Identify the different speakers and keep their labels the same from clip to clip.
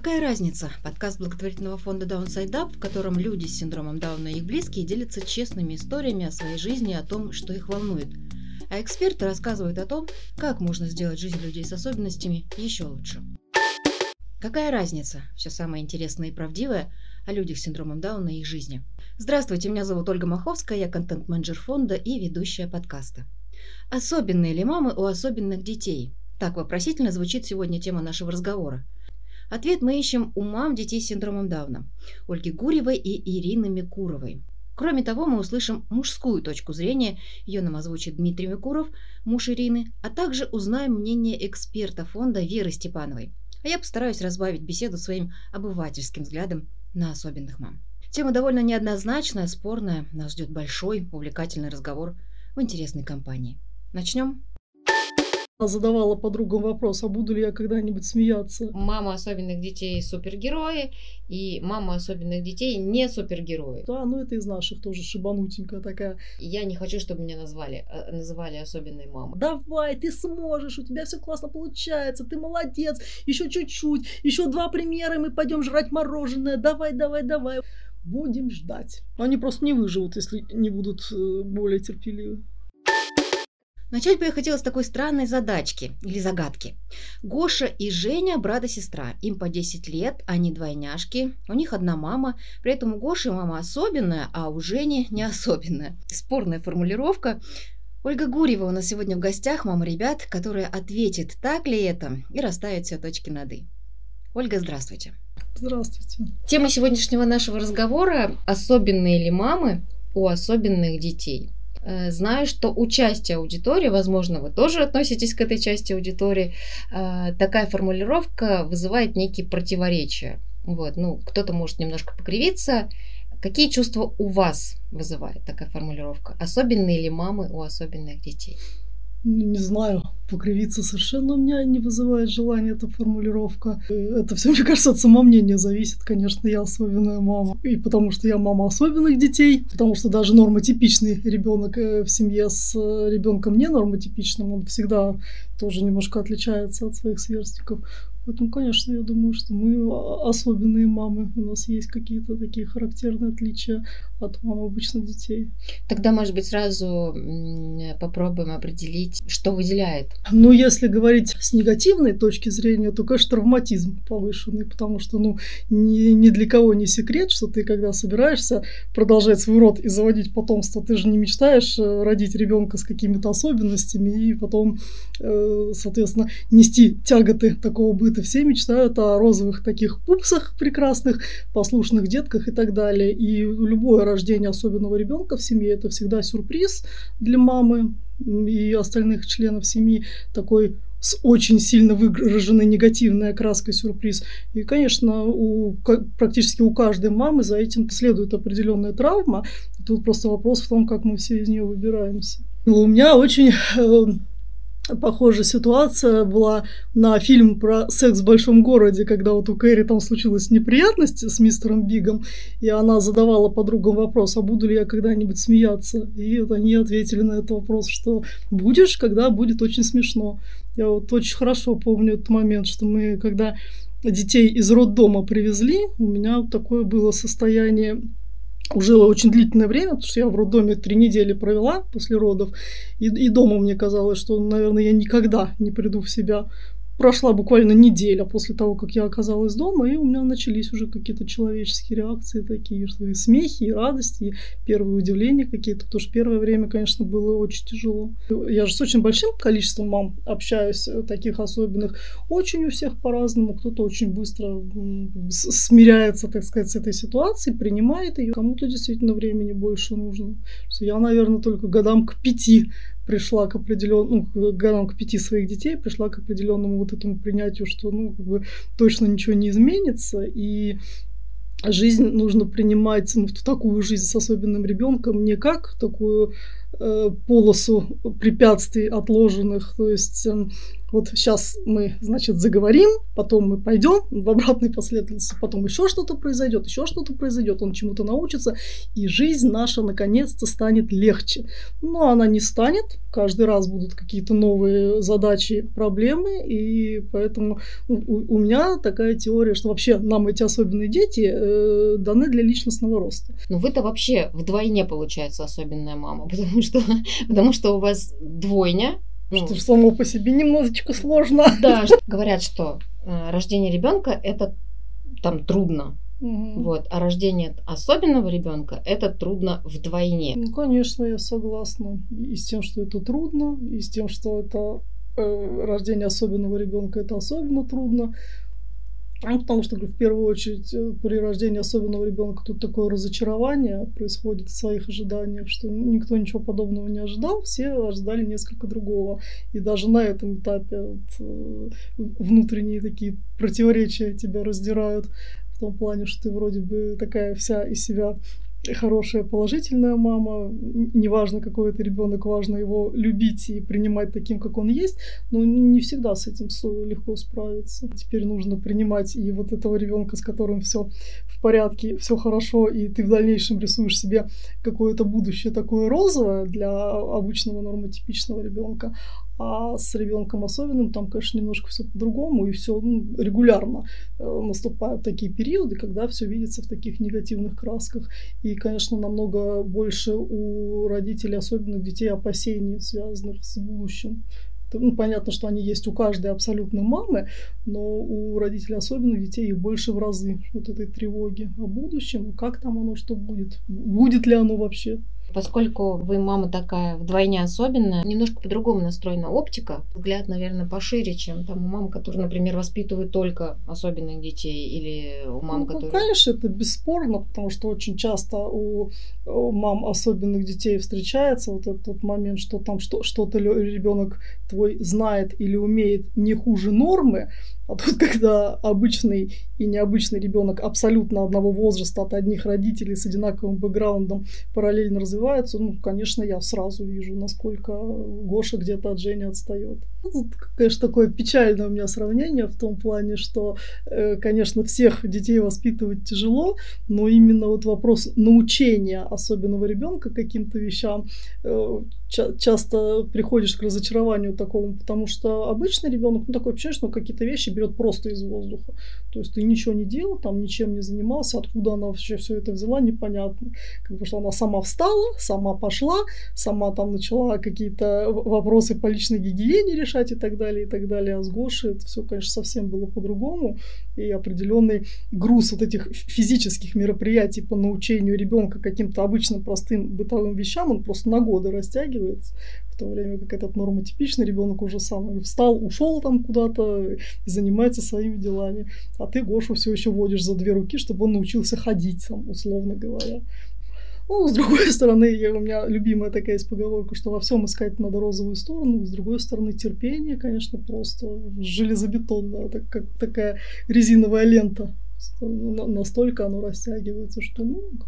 Speaker 1: Какая разница? Подкаст благотворительного фонда Downside Up, в котором люди с синдромом Дауна и их близкие делятся честными историями о своей жизни и о том, что их волнует. А эксперты рассказывают о том, как можно сделать жизнь людей с особенностями еще лучше. Какая разница? Все самое интересное и правдивое о людях с синдромом Дауна и их жизни. Здравствуйте, меня зовут Ольга Маховская, я контент-менеджер фонда и ведущая подкаста. Особенные ли мамы у особенных детей? Так вопросительно звучит сегодня тема нашего разговора. Ответ мы ищем у мам детей с синдромом Дауна, Ольги Гурьевой и Ирины Микуровой. Кроме того, мы услышим мужскую точку зрения, ее нам озвучит Дмитрий Микуров, муж Ирины, а также узнаем мнение эксперта фонда Веры Степановой. А я постараюсь разбавить беседу своим обывательским взглядом на особенных мам. Тема довольно неоднозначная, спорная. Нас ждет большой, увлекательный разговор в интересной компании. Начнем?
Speaker 2: Задавала подругам вопрос, а буду ли я когда-нибудь смеяться.
Speaker 3: Мама особенных детей супергерои, и мама особенных детей не супергерои.
Speaker 2: Да, это из наших тоже шибанутенькая такая.
Speaker 3: Я не хочу, чтобы меня называли особенной мамой.
Speaker 2: Давай, ты сможешь, у тебя все классно получается, ты молодец, еще чуть-чуть, еще 2 примера, и мы пойдем жрать мороженое, давай. Будем ждать. Они просто не выживут, если не будут более терпеливы.
Speaker 1: Начать бы я хотела с такой странной задачки или загадки. Гоша и Женя брат и сестра. Им по 10 лет, они двойняшки, у них одна мама. При этом у Гоши мама особенная, а у Жени не особенная. Спорная формулировка. Ольга Гурьева у нас сегодня в гостях, мама ребят, которая ответит, так ли это, и расставит все точки над «и». Ольга, здравствуйте.
Speaker 2: Здравствуйте.
Speaker 3: Тема сегодняшнего нашего разговора – особенные ли мамы у особенных детей. Знаю, что у части аудитории, возможно, вы тоже относитесь к этой части аудитории, такая формулировка вызывает некие противоречия. Кто-то может немножко покривиться. Какие чувства у вас вызывает такая формулировка? Особенные ли мамы у особенных детей?
Speaker 2: Не знаю, покривиться совершенно у меня не вызывает желания эта формулировка. Это все, мне кажется, от самомнения зависит. Конечно, я особенная мама. И потому что я мама особенных детей, потому что даже нормотипичный ребенок в семье с ребенком не нормотипичным, он всегда тоже немножко отличается от своих сверстников. Поэтому, конечно, я думаю, что мы особенные мамы. У нас есть какие-то такие характерные отличия от мам обычных детей.
Speaker 3: Тогда, может быть, сразу попробуем определить, что выделяет.
Speaker 2: Если говорить с негативной точки зрения, то, конечно, травматизм повышенный, потому что, ни для кого не секрет, что ты, когда собираешься продолжать свой род и заводить потомство, ты же не мечтаешь родить ребенка с какими-то особенностями и потом, соответственно, нести тяготы такого быта. Все мечтают о розовых таких пупсах прекрасных, послушных детках и так далее. И любое рождение особенного ребенка в семье – это всегда сюрприз для мамы и остальных членов семьи, такой с очень сильно выраженной негативной окраской сюрприз. И, конечно, практически у каждой мамы за этим следует определенная травма. Тут просто вопрос в том, как мы все из нее выбираемся. У меня очень похожая ситуация была на фильм про секс в большом городе, когда у Кэрри там случилась неприятность с мистером Бигом, и она задавала подругам вопрос, а буду ли я когда-нибудь смеяться? И они ответили на этот вопрос, что будешь, когда будет очень смешно. Я очень хорошо помню этот момент, что мы, когда детей из роддома привезли, у меня такое было состояние уже очень длительное время, потому что я в роддоме 3 недели провела после родов, и дома мне казалось, что, наверное, я никогда не приду в себя. Прошла буквально неделя после того, как я оказалась дома, и у меня начались уже какие-то человеческие реакции такие, что и смехи, и радости, и первые удивления какие-то, потому что первое время, конечно, было очень тяжело. Я же с очень большим количеством мам общаюсь, таких особенных. Очень у всех по-разному. Кто-то очень быстро смиряется, так сказать, с этой ситуацией, принимает ее. Кому-то действительно времени больше нужно. Я, наверное, только годам к 5 пришла к определенному, годам к 5 своих детей пришла к определенному этому принятию, что точно ничего не изменится, и жизнь нужно принимать, в такую жизнь с особенным ребенком не как такую полосу препятствий отложенных. То есть вот сейчас мы, значит, заговорим, потом мы пойдем в обратной последовательности, потом еще что-то произойдет, он чему-то научится, и жизнь наша наконец-то станет легче. Но она не станет, каждый раз будут какие-то новые задачи, проблемы, и поэтому у меня такая теория, что вообще нам эти особенные дети даны для личностного роста.
Speaker 3: Ну вы-то вообще вдвойне, получается, особенная мама, потому что у вас двойня.
Speaker 2: Что само по себе немножечко сложно.
Speaker 3: Да, говорят, что рождение ребенка это там трудно. Вот, а рождение особенного ребенка это трудно вдвойне.
Speaker 2: Ну, конечно, я согласна. И с тем, что это трудно, и с тем, что это рождение особенного ребенка это особенно трудно. Потому что, в первую очередь, при рождении особенного ребенка тут такое разочарование происходит в своих ожиданиях, что никто ничего подобного не ожидал, все ожидали несколько другого. И даже на этом этапе внутренние такие противоречия тебя раздирают, в том плане, что ты вроде бы такая вся из себя хорошая, положительная мама, неважно, какой это ребенок, важно его любить и принимать таким, как он есть, но не всегда с этим легко справиться. Теперь нужно принимать и вот этого ребенка, с которым все в порядке, все хорошо, и ты в дальнейшем рисуешь себе какое-то будущее такое розовое для обычного нормотипичного ребенка. А с ребенком особенным там, конечно, немножко все по-другому, и все регулярно наступают такие периоды, когда все видится в таких негативных красках. И, конечно, намного больше у родителей особенных детей опасений, связанных с будущим. Понятно, что они есть у каждой абсолютно мамы, но у родителей особенных детей их больше в разы. Вот этой тревоги о будущем, как там оно, что будет, будет ли оно вообще.
Speaker 3: Поскольку вы мама такая вдвойне особенная, немножко по-другому настроена оптика. Взгляд, наверное, пошире, чем там у мам, которые, например, воспитывают только особенных детей, или у мам, которые...
Speaker 2: Конечно, это бесспорно, потому что очень часто у мам особенных детей встречается вот этот момент, что там что-то ребенок твой знает или умеет не хуже нормы. А тут, когда обычный и необычный ребенок абсолютно одного возраста от одних родителей с одинаковым бэкграундом параллельно развиваются, конечно, я сразу вижу, насколько Гоша где-то от Жени отстает. Тут, конечно, такое печальное у меня сравнение в том плане, что, конечно, всех детей воспитывать тяжело, но именно вот вопрос научения особенного ребенка каким-то вещам часто приходишь к разочарованию такому, потому что обычный ребенок, такое ощущение, что какие-то вещи берет просто из воздуха. То есть ты ничего не делал, там ничем не занимался, откуда она вообще все это взяла, непонятно. Потому что она сама встала, сама пошла, сама там начала какие-то вопросы по личной гигиене решать и так далее, и так далее. А с Гошей это все, конечно, совсем было по-другому. И определенный груз вот этих физических мероприятий по научению ребенка каким-то обычным простым бытовым вещам, он просто на годы растягивается, в то время как этот нормотипичный ребенок уже сам встал, ушел там куда-то и занимается своими делами. А ты Гошу все еще водишь за 2 руки, чтобы он научился ходить, там, условно говоря. С другой стороны, у меня любимая такая есть поговорка, что во всем искать надо розовую сторону. С другой стороны, терпение, конечно, просто железобетонное, как такая резиновая лента. Настолько оно растягивается, что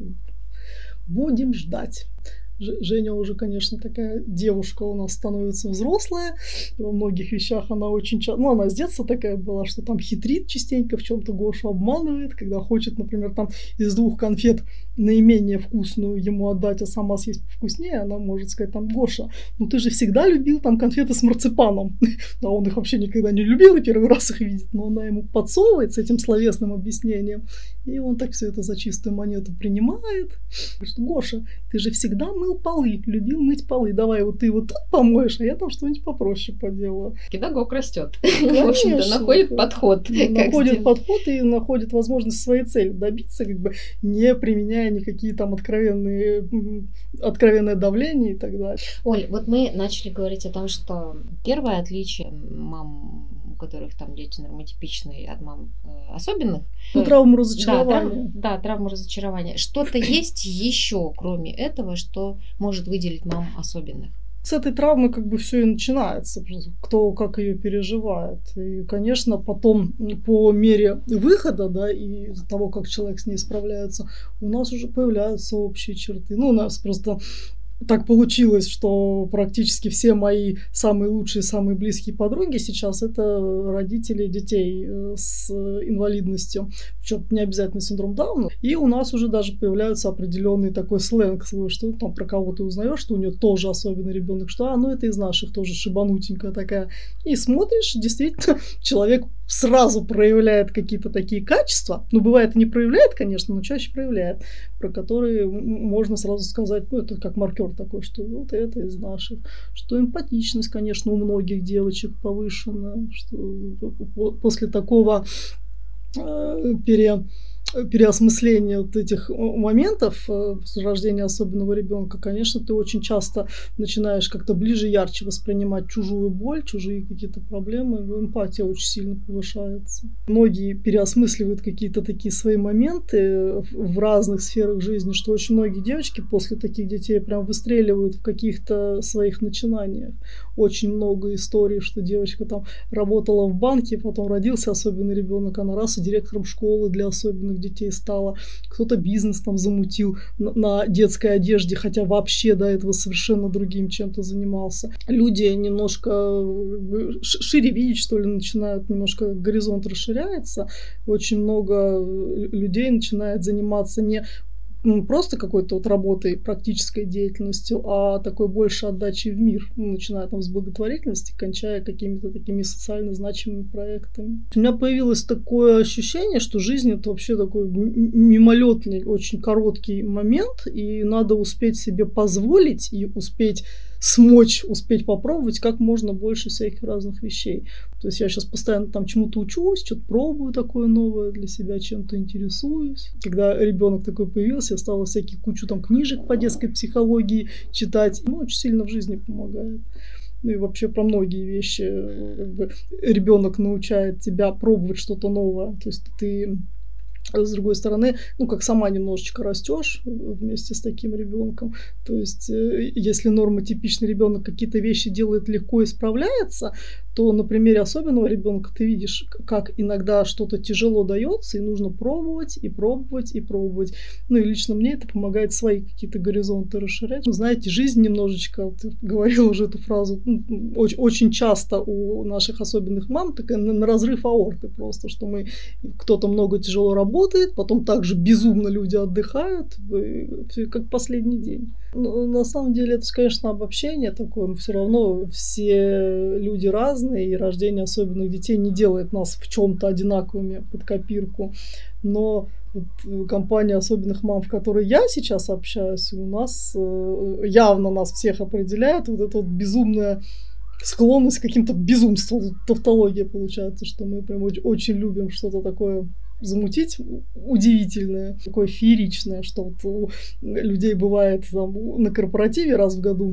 Speaker 2: будем ждать. Женя уже, конечно, такая девушка у нас становится взрослая. Во многих вещах она очень часто... она с детства такая была, что там хитрит частенько, в чем-то Гошу обманывает, когда хочет, например, там из 2 конфет наименее вкусную ему отдать, а сама съесть вкуснее, она может сказать там: Гоша, ты же всегда любил там конфеты с марципаном. А он их вообще никогда не любил и первый раз их видит, но она ему подсовывает с этим словесным объяснением, и он так все это за чистую монету принимает. Говорит: Гоша, ты же всегда мыл полы, любил мыть полы, давай вот ты вот тут помоешь, а я там что-нибудь попроще поделаю.
Speaker 3: Педагог растет. В общем-то, находит подход.
Speaker 2: Находит подход и находит возможность своей цели добиться, не применяя никакие там откровенное давление и так далее.
Speaker 3: Оль, вот мы начали говорить о том, что первое отличие мам, у которых там дети нормотипичные, от мам особенных.
Speaker 2: Травма разочарования.
Speaker 3: Да, травма разочарования. Что-то есть еще, кроме этого, что может выделить мам особенных?
Speaker 2: С этой травмы все и начинается, кто как ее переживает. И, конечно, потом по мере выхода, и того, как человек с ней справляется, у нас уже появляются общие черты. У нас просто так получилось, что практически все мои самые лучшие, самые близкие подруги сейчас это родители детей с инвалидностью, причем не обязательно синдром Дауна. И у нас уже даже появляется определенный такой сленг свой, что там про кого ты узнаешь, что у нее тоже особенный ребенок, что ну это из наших тоже шибанутенькая такая. И смотришь, действительно, человек сразу проявляет какие-то такие качества. Ну, бывает и не проявляет, конечно, но чаще проявляет, про которые можно сразу сказать, ну, это как маркер такой, что вот это из наших. Что эмпатичность, конечно, у многих девочек повышена, что после такого переосмысления вот этих моментов после рождения особенного ребенка, конечно, ты очень часто начинаешь как-то ближе, ярче воспринимать чужую боль, чужие какие-то проблемы, эмпатия очень сильно повышается. Многие переосмысливают какие-то такие свои моменты в разных сферах жизни, что очень многие девочки после таких детей прям выстреливают в каких-то своих начинаниях. Очень много историй, что девочка там работала в банке, потом родился особенный ребенок, она раз и директором школы для особенных детей стала. Кто-то бизнес там замутил на детской одежде, хотя вообще до этого совершенно другим чем-то занимался. Люди немножко шире видеть, что ли, начинают, немножко горизонт расширяется. Очень много людей начинает заниматься не просто какой-то вот работой, практической деятельностью, а такой больше отдачей в мир, начиная там с благотворительности, кончая какими-то такими социально значимыми проектами. У меня появилось такое ощущение, что жизнь это вообще такой мимолетный, очень короткий момент, и надо успеть себе позволить и успеть попробовать как можно больше всяких разных вещей. То есть я сейчас постоянно там чему-то учусь, что-то пробую такое новое для себя, чем-то интересуюсь. Когда ребенок такой появился, я стала всякие кучу там книжек по детской психологии читать. Очень сильно в жизни помогает. Ну и вообще про многие вещи. Ребенок научает тебя пробовать что-то новое. То есть ты с другой стороны, как сама немножечко растешь вместе с таким ребенком. То есть, если нормотипичный ребенок какие-то вещи делает легко и справляется, то на примере особенного ребенка ты видишь, как иногда что-то тяжело дается, и нужно пробовать, и пробовать, и пробовать. И лично мне это помогает свои какие-то горизонты расширять. Знаете, жизнь немножечко, ты говорила уже эту фразу, очень часто у наших особенных мам такая на разрыв аорты просто, что кто-то много тяжело работает, потом также безумно люди отдыхают, как последний день. Но на самом деле это, конечно, обобщение такое, все равно все люди разные, и рождение особенных детей не делает нас в чем-то одинаковыми под копирку. Но компания особенных мам, в которой я сейчас общаюсь, у нас явно нас всех определяет вот эта вот безумная склонность к каким-то безумствам, тавтология получается, что мы прям очень любим что-то такое замутить удивительное, такое фееричное, что вот у людей бывает там, на корпоративе раз в году.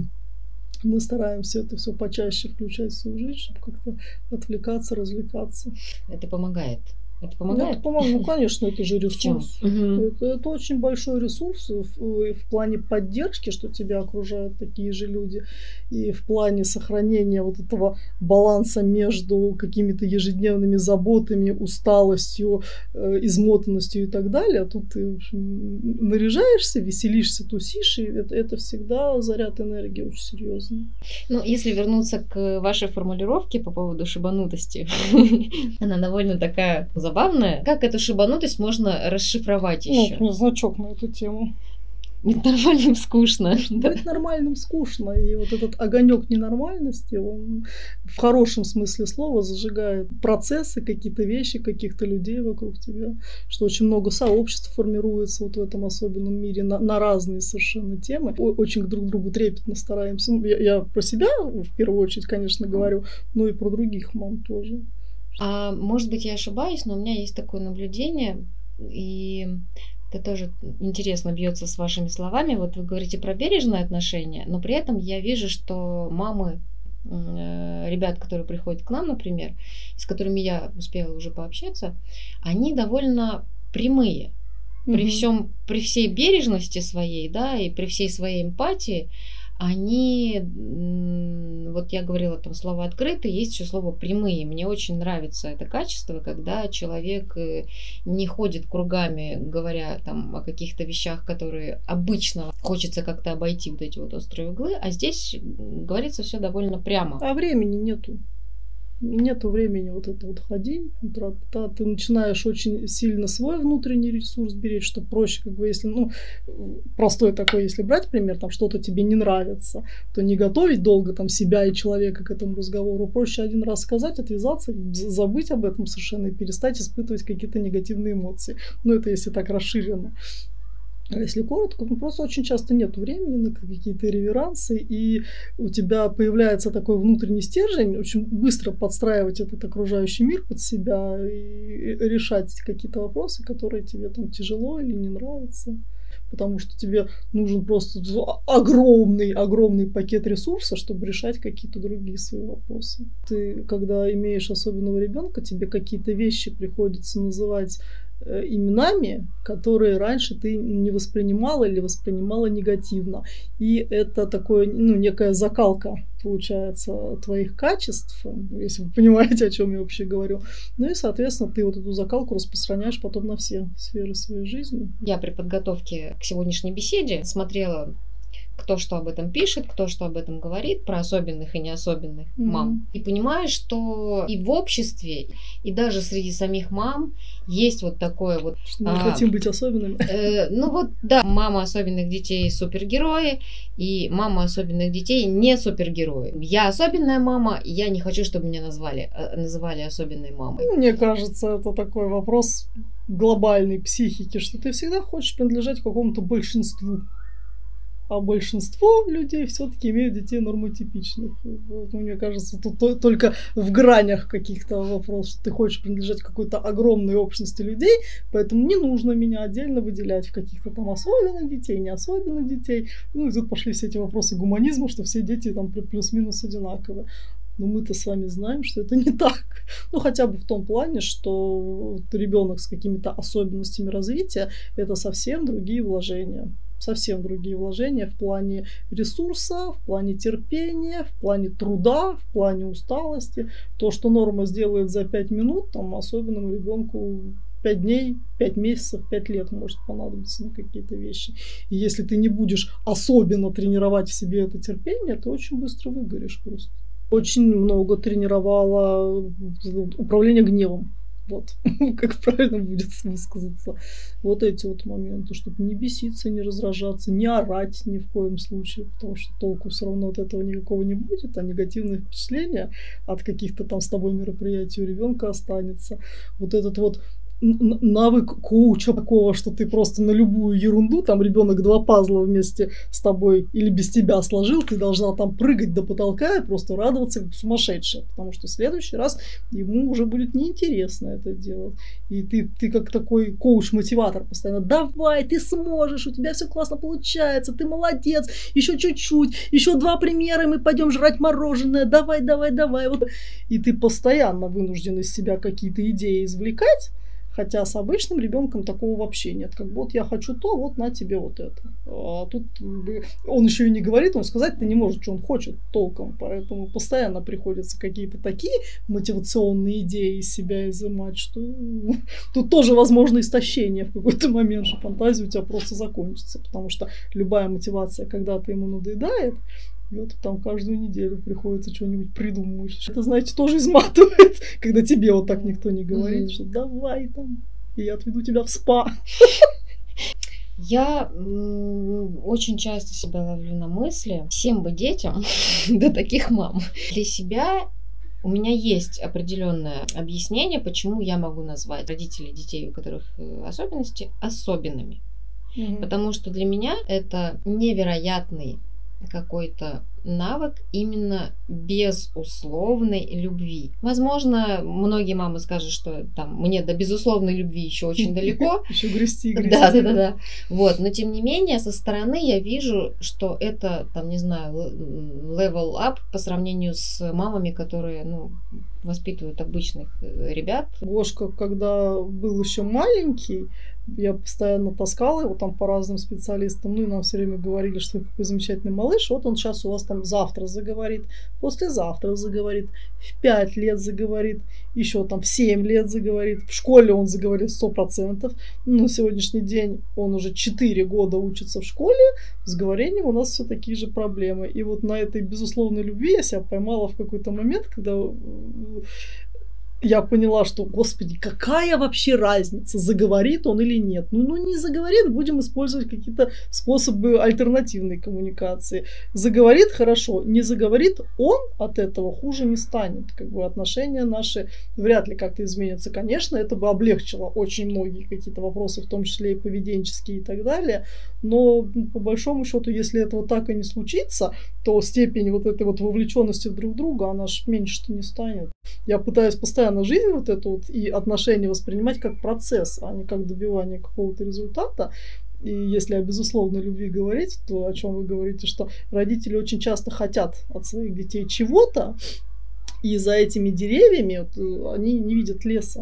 Speaker 2: Мы стараемся это все почаще включать в свою жизнь, чтобы как-то отвлекаться, развлекаться.
Speaker 3: Это помогает. Это помогает?
Speaker 2: Конечно, это же ресурс. Это очень большой ресурс в плане поддержки, что тебя окружают такие же люди, и в плане сохранения вот этого баланса между какими-то ежедневными заботами, усталостью, измотанностью и так далее. А тут ты, в общем, наряжаешься, веселишься, тусишь, и это всегда заряд энергии очень серьезный.
Speaker 3: Если вернуться к вашей формулировке по поводу шибанутости, она довольно такая забавная. Как эту шибанутость можно расшифровать еще?
Speaker 2: Значок на эту тему.
Speaker 3: Быть нормальным скучно.
Speaker 2: Быть нормальным скучно. И вот этот огонек ненормальности, он в хорошем смысле слова зажигает процессы, какие-то вещи, каких-то людей вокруг тебя. Что очень много сообществ формируется вот в этом особенном мире на разные совершенно темы. Очень друг к другу трепетно стараемся. Я про себя в первую очередь, конечно, говорю, но и про других мам тоже.
Speaker 3: Может быть, я ошибаюсь, но у меня есть такое наблюдение, и это тоже интересно бьется с вашими словами. Вот вы говорите про бережное отношение, но при этом я вижу, что мамы ребят, которые приходят к нам, например, с которыми я успела уже пообщаться, они довольно прямые. При всей бережности своей, да, и при всей своей эмпатии, они вот я говорила там слово открытые, есть еще слово прямые. Мне очень нравится это качество, когда человек не ходит кругами, говоря там о каких-то вещах, которые обычно хочется как-то обойти вот эти вот острые углы, а здесь говорится все довольно прямо.
Speaker 2: А времени нету. Нету времени вот это вот ходить, ты начинаешь очень сильно свой внутренний ресурс беречь, что проще, как бы, если, простой такой, если брать пример, там что-то тебе не нравится, то не готовить долго там себя и человека к этому разговору, проще один раз сказать, отвязаться, забыть об этом совершенно и перестать испытывать какие-то негативные эмоции. Это если так расширенно. А если коротко, просто очень часто нет времени на какие-то реверансы, и у тебя появляется такой внутренний стержень, очень быстро подстраивать этот окружающий мир под себя и решать какие-то вопросы, которые тебе там тяжело или не нравятся. Потому что тебе нужен просто огромный пакет ресурса, чтобы решать какие-то другие свои вопросы. Ты, когда имеешь особенного ребенка, тебе какие-то вещи приходится называть именами, которые раньше ты не воспринимала или воспринимала негативно. И это такое, некая закалка, получается, твоих качеств, если вы понимаете, о чем я вообще говорю. И, соответственно, ты вот эту закалку распространяешь потом на все сферы своей жизни.
Speaker 3: Я при подготовке к сегодняшней беседе смотрела, кто что об этом пишет, кто что об этом говорит, про особенных и неособенных мам. И понимаю, что и в обществе, и даже среди самих мам есть вот такое вот...
Speaker 2: Что мы хотим быть особенными.
Speaker 3: Мама особенных детей супергерои, и мама особенных детей не супергерои. Я особенная мама, и я не хочу, чтобы меня называли особенной мамой.
Speaker 2: Мне кажется, это такой вопрос глобальной психики, что ты всегда хочешь принадлежать какому-то большинству. А большинство людей все-таки имеют детей нормотипичных. Мне кажется, тут только в гранях каких-то вопросов, что ты хочешь принадлежать какой-то огромной общности людей, поэтому не нужно меня отдельно выделять в каких-то там особенных детей, не особенных детей. И тут пошли все эти вопросы гуманизма, что все дети там плюс-минус одинаковые. Но мы-то с вами знаем, что это не так. Хотя бы в том плане, что ребенок с какими-то особенностями развития – это совсем другие вложения. Совсем другие вложения в плане ресурса, в плане терпения, в плане труда, в плане усталости. То, что норма сделает за 5 минут, там особенному ребенку 5 дней, 5 месяцев, 5 лет может понадобиться на какие-то вещи. И если ты не будешь особенно тренировать в себе это терпение, ты очень быстро выгоришь просто. Очень много тренировала управление гневом. Вот, как правильно будет высказаться. Вот эти вот моменты, чтобы не беситься, не раздражаться, не орать ни в коем случае, потому что толку все равно от этого никакого не будет, а негативное впечатление от каких-то там с тобой мероприятий у ребенка останется. Вот этот вот навык коуча такого, что ты просто на любую ерунду, там ребенок 2 пазла вместе с тобой или без тебя сложил, ты должна там прыгать до потолка и просто радоваться как сумасшедшая, потому что в следующий раз ему уже будет неинтересно это делать. И ты как такой коуч-мотиватор постоянно: давай, ты сможешь, у тебя все классно получается, ты молодец, еще чуть-чуть, еще 2 примера, и мы пойдем жрать мороженое, давай. Вот. И ты постоянно вынужден из себя какие-то идеи извлекать. Хотя с обычным ребенком такого вообще нет. Как бы вот я хочу то, вот на тебе вот это. А тут он еще и не говорит, он сказать-то не может, что он хочет толком. Поэтому постоянно приходится какие-то такие мотивационные идеи из себя изымать, что тут тоже возможно истощение в какой-то момент, что фантазия у тебя просто закончится. Потому что любая мотивация когда-то ему надоедает, и вот там каждую неделю приходится что-нибудь придумывать. Это, знаете, тоже изматывает, когда тебе вот так никто не говорит, что давай там, и я отведу тебя в спа.
Speaker 3: Я очень часто себя ловлю на мысли: всем бы детям до таких мам. Для себя у меня есть определенное объяснение, почему я могу назвать родителей детей, у которых особенности, особенными. Потому что для меня это невероятный какой-то навык именно безусловной любви. Возможно, многие мамы скажут, что там мне до безусловной любви еще очень далеко.
Speaker 2: Еще грести.
Speaker 3: Да. Вот, но тем не менее, со стороны я вижу, что это, там, не знаю, level up по сравнению с мамами, которые, воспитывают обычных ребят.
Speaker 2: Гошка, когда был еще маленький, я постоянно таскала его там по разным специалистам, ну и нам все время говорили, что какой замечательный малыш, вот он сейчас у вас там завтра заговорит, послезавтра заговорит, в 5 лет заговорит, еще там в 7 лет заговорит, в школе он заговорит 100%, на сегодняшний день он уже 4 года учится в школе, с говорением у нас все такие же проблемы. И вот на этой безусловной любви я себя поймала в какой-то момент, когда я поняла, что, господи, какая вообще разница, заговорит он или нет. Ну, не заговорит, будем использовать какие-то способы альтернативной коммуникации. Заговорит — хорошо, не заговорит, он от этого хуже не станет. Как бы отношения наши вряд ли как-то изменятся. Конечно, это бы облегчило очень многие какие-то вопросы, в том числе и поведенческие и так далее. Но по большому счету, если этого так и не случится, то степень вот этой вот вовлеченности в друг друга, она ж меньше-то не станет. Я пытаюсь постоянно жизнь вот эту вот и отношения воспринимать как процесс, а не как добивание какого-то результата. И если о безусловной любви говорить, то о чем вы говорите, что родители очень часто хотят от своих детей чего-то, и за этими деревьями вот, они не видят леса.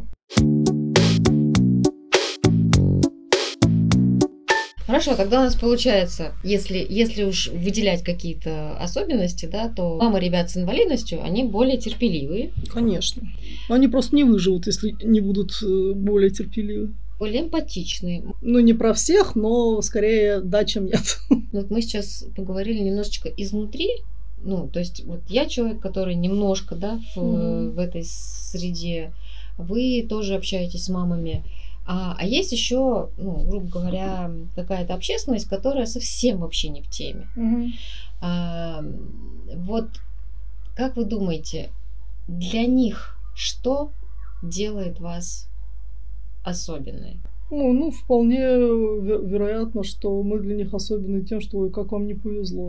Speaker 3: Хорошо, тогда у нас получается, если уж выделять какие-то особенности, да, то мамы ребят с инвалидностью, они более терпеливые.
Speaker 2: Конечно. Они просто не выживут, если не будут более терпеливы.
Speaker 3: Более эмпатичные.
Speaker 2: Ну, не про всех, но скорее да, чем нет.
Speaker 3: Вот мы сейчас поговорили немножечко изнутри. Ну, то есть вот я человек, который немножко, да, в этой среде. Вы тоже общаетесь с мамами. А есть еще, ну, грубо говоря, какая-то общественность, которая совсем вообще не в теме. Вот как вы думаете, для них что делает вас особенной?
Speaker 2: Ну, вполне вероятно, что мы для них особенны тем, что ой, как вам не повезло.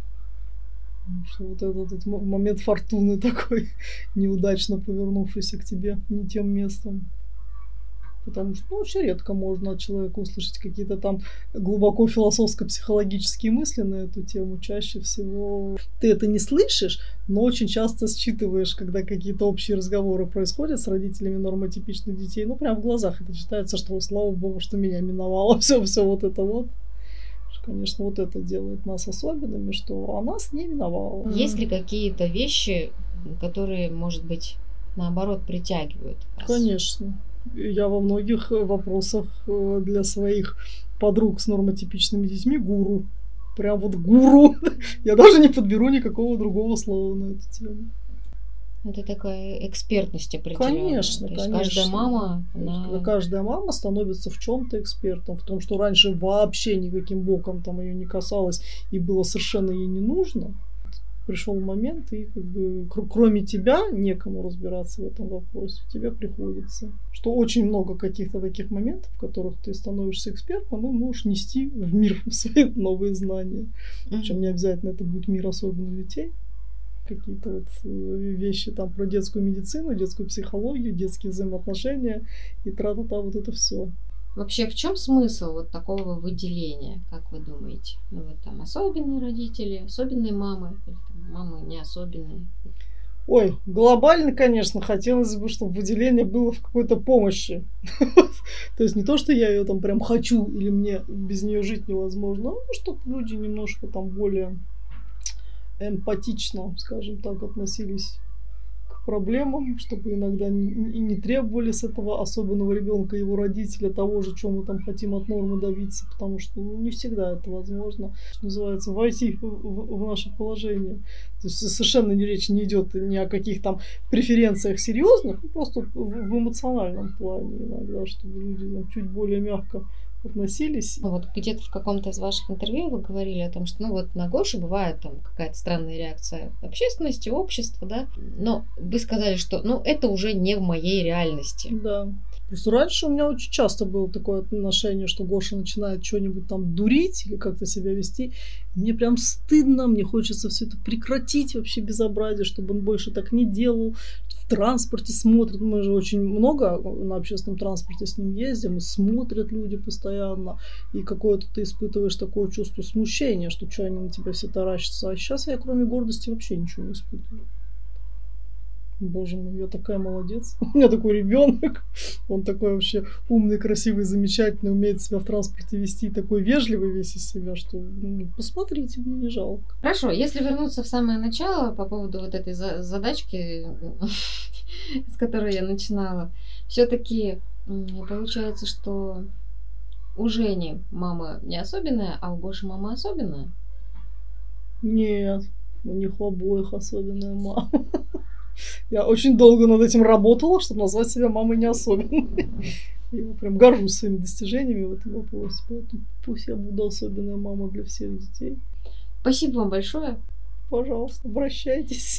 Speaker 2: Что вот этот момент фортуны такой, неудачно повернувшийся к тебе не тем местом. Потому что очень редко можно от человека услышать какие-то там глубоко философско-психологические мысли на эту тему. Чаще всего ты это не слышишь, но очень часто считываешь, когда какие-то общие разговоры происходят с родителями нормотипичных детей. Ну, прям в глазах это читается, что слава богу, что меня миновало. Все вот это вот. Конечно, вот это делает нас особенными, что нас не миновало.
Speaker 3: Есть ли какие-то вещи, которые, может быть, наоборот, притягивают вас?
Speaker 2: Конечно. Я во многих вопросах для своих подруг с нормотипичными детьми гуру. Прям вот гуру. Я даже не подберу никакого другого слова на эту тему.
Speaker 3: Это такая экспертность определенная.
Speaker 2: Конечно,
Speaker 3: то есть
Speaker 2: конечно.
Speaker 3: Каждая мама,
Speaker 2: каждая мама становится в чем-то экспертом, в том, что раньше вообще никаким боком там ее не касалось и было совершенно ей не нужно. Пришел момент, и как бы кроме тебя некому разбираться в этом вопросе, тебе приходится. Что очень много каких-то таких моментов, в которых ты становишься экспертом, и можешь нести в мир свои новые знания. Причем не обязательно это будет мир особенно детей. Какие-то вот вещи там про детскую медицину, детскую психологию, детские взаимоотношения и тра-та-та, вот это все.
Speaker 3: Вообще, в чем смысл вот такого выделения, как вы думаете? Ну, вот там особенные родители, особенные мамы, или там, мамы не особенные.
Speaker 2: Ой, глобально, конечно, хотелось бы, чтобы выделение было в какой-то помощи. То есть не то, что я ее там прям хочу, или мне без нее жить невозможно, а чтобы люди немножко там более эмпатично, скажем так, относились к проблемам, чтобы иногда и не требовали с этого особенного ребенка, его родителя, того же, чем мы там хотим от нормы добиться, потому что не всегда это возможно, что называется, войти в наше положение. То есть совершенно речь не идет ни о каких там преференциях серьезных, просто в эмоциональном плане иногда, чтобы люди там чуть более мягко относились.
Speaker 3: Вот где-то в каком-то из ваших интервью вы говорили о том, что ну вот на Гоше бывает там какая-то странная реакция общественности, общества, да, но вы сказали, что ну это уже не в моей реальности.
Speaker 2: Да. Просто раньше у меня очень часто было такое отношение, что Гоша начинает что-нибудь там дурить или как-то себя вести. Мне прям стыдно, мне хочется все это прекратить, вообще безобразие, чтобы он больше так не делал. В транспорте смотрят, мы же очень много на общественном транспорте с ним ездим, и смотрят люди постоянно, и какое-то ты испытываешь такое чувство смущения, что они на тебя все таращатся. А сейчас я кроме гордости вообще ничего не испытываю. Боже мой, я такая молодец. У меня такой ребенок. Он такой вообще умный, красивый, замечательный, умеет себя в транспорте вести, такой вежливый весь из себя, что посмотрите, мне не жалко.
Speaker 3: Хорошо, если вернуться в самое начало по поводу вот этой задачки, с которой я начинала, все-таки получается, что у Жени мама не особенная, а у Гоши мама особенная?
Speaker 2: Нет, у них у обоих особенная мама. Я очень долго над этим работала, чтобы назвать себя мамой не особенной. Я прям горжусь своими достижениями в этом вопросе. Поэтому пусть я буду особенная мама для всех детей.
Speaker 3: Спасибо вам большое.
Speaker 2: Пожалуйста, обращайтесь.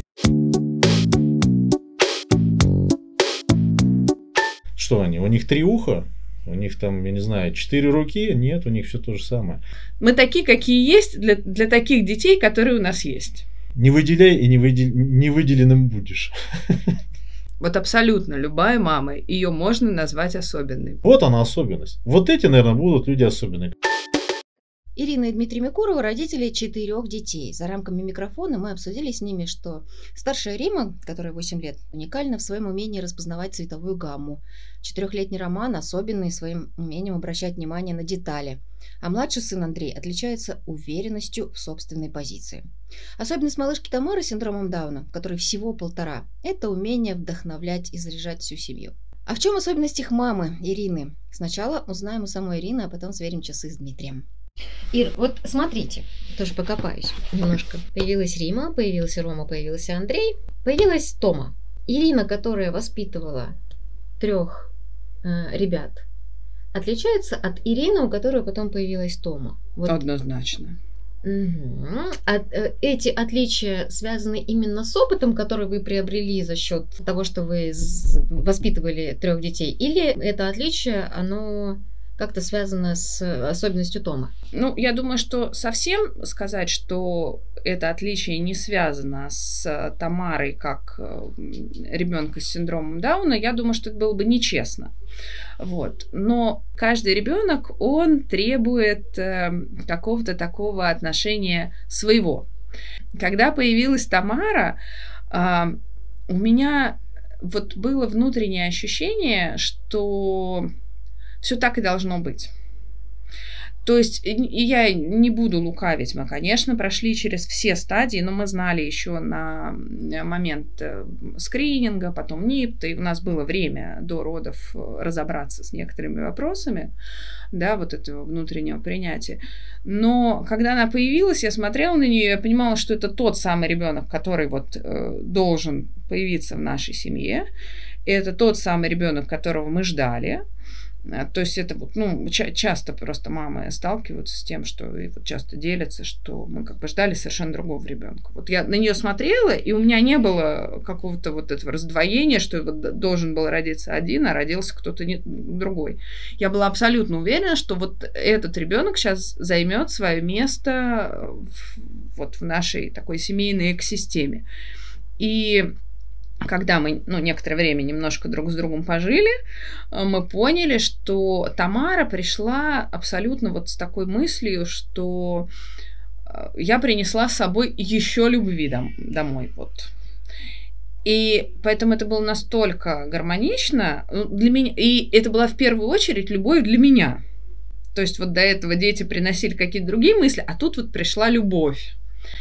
Speaker 4: Что они? У них 3 уха? У них там, я не знаю, 4 руки? Нет, у них все то же самое.
Speaker 5: Мы такие, какие есть, для таких детей, которые у нас есть.
Speaker 4: Не выделяй и не выделенным будешь.
Speaker 5: Вот абсолютно любая мама, ее можно назвать особенной.
Speaker 4: Вот она особенность. Вот эти, наверное, будут люди особенные.
Speaker 1: Ирина и Дмитрий Микуровы – родители 4 детей. За рамками микрофона мы обсудили с ними, что старшая Рима, которая 8 лет, уникальна в своем умении распознавать цветовую гамму. 4-летний Роман особенный своим умением обращать внимание на детали. А младший сын Андрей отличается уверенностью в собственной позиции. Особенность малышки Тамары с синдромом Дауна, которой всего 1,5, это умение вдохновлять и заряжать всю семью. А в чем особенность их мамы, Ирины? Сначала узнаем у самой Ирины, а потом сверим часы с Дмитрием.
Speaker 3: Ир, вот смотрите, тоже покопаюсь немножко. Появилась Рима, появился Рома, появился Андрей, появилась Тома. Ирина, которая воспитывала 3 ребят, отличается от Ирины, у которой потом появилась Тома. Вот.
Speaker 5: Однозначно.
Speaker 3: Угу. Эти отличия связаны именно с опытом, который вы приобрели за счет того, что вы воспитывали 3 детей, или это отличие, оно как-то связано с особенностью Тома?
Speaker 5: Ну, я думаю, что совсем сказать, что это отличие не связано с Тамарой как ребенка с синдромом Дауна, я думаю, что это было бы нечестно. Вот. Но каждый ребенок, он требует какого-то такого отношения своего. Когда появилась Тамара, у меня вот было внутреннее ощущение, что все так и должно быть. То есть, я не буду лукавить, мы, конечно, прошли через все стадии, но мы знали еще на момент скрининга, потом НИПТ, и у нас было время до родов разобраться с некоторыми вопросами, да, вот этого внутреннего принятия. Но когда она появилась, я смотрела на нее, я понимала, что это тот самый ребенок, который вот должен появиться в нашей семье, и это тот самый ребенок, которого мы ждали. То есть это вот, ну, часто просто мамы сталкиваются с тем, что и вот часто делятся, что мы как бы ждали совершенно другого ребенка. Вот я на нее смотрела, и у меня не было какого-то вот этого раздвоения, что вот должен был родиться один, а родился кто-то другой. Я была абсолютно уверена, что вот этот ребенок сейчас займет свое место вот в нашей такой семейной экосистеме. И когда мы, некоторое время немножко друг с другом пожили, мы поняли, что Тамара пришла абсолютно вот с такой мыслью, что я принесла с собой еще любви домой. Вот. И поэтому это было настолько гармонично для меня, и это была в первую очередь любовь для меня. То есть вот до этого дети приносили какие-то другие мысли, а тут вот пришла любовь.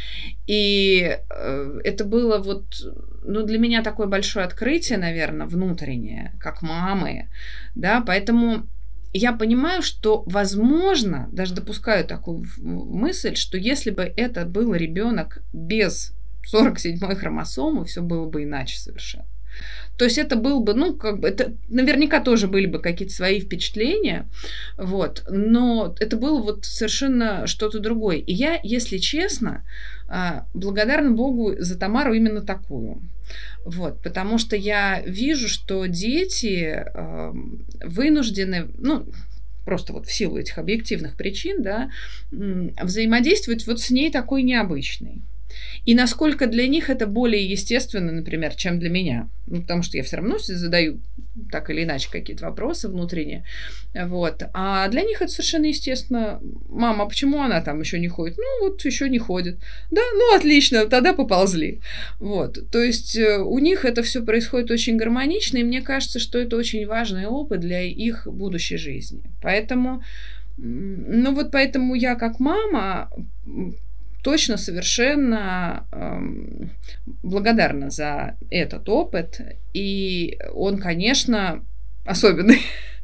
Speaker 5: И это было вот, для меня такое большое открытие, наверное, внутреннее, как мамы, да, поэтому я понимаю, что, возможно, даже допускаю такую мысль, что если бы это был ребенок без 47-й хромосомы, все было бы иначе совершенно. То есть это был бы, это наверняка тоже были бы какие-то свои впечатления, вот, но это было вот совершенно что-то другое. И я, если честно, благодарна Богу за Тамару именно такую. Вот, потому что я вижу, что дети вынуждены, просто вот в силу этих объективных причин, да, взаимодействовать вот с ней такой необычной. И насколько для них это более естественно, например, чем для меня. Ну, потому что я все равно задаю так или иначе какие-то вопросы внутренние. Вот. А для них это совершенно естественно. Мама, а почему она там еще не ходит? Ну, вот еще не ходит. Да, ну, отлично, тогда поползли. Вот. То есть у них это все происходит очень гармонично, и мне кажется, что это очень важный опыт для их будущей жизни. Поэтому, ну, вот поэтому я как мама точно совершенно благодарна за этот опыт, и он, конечно, особенный.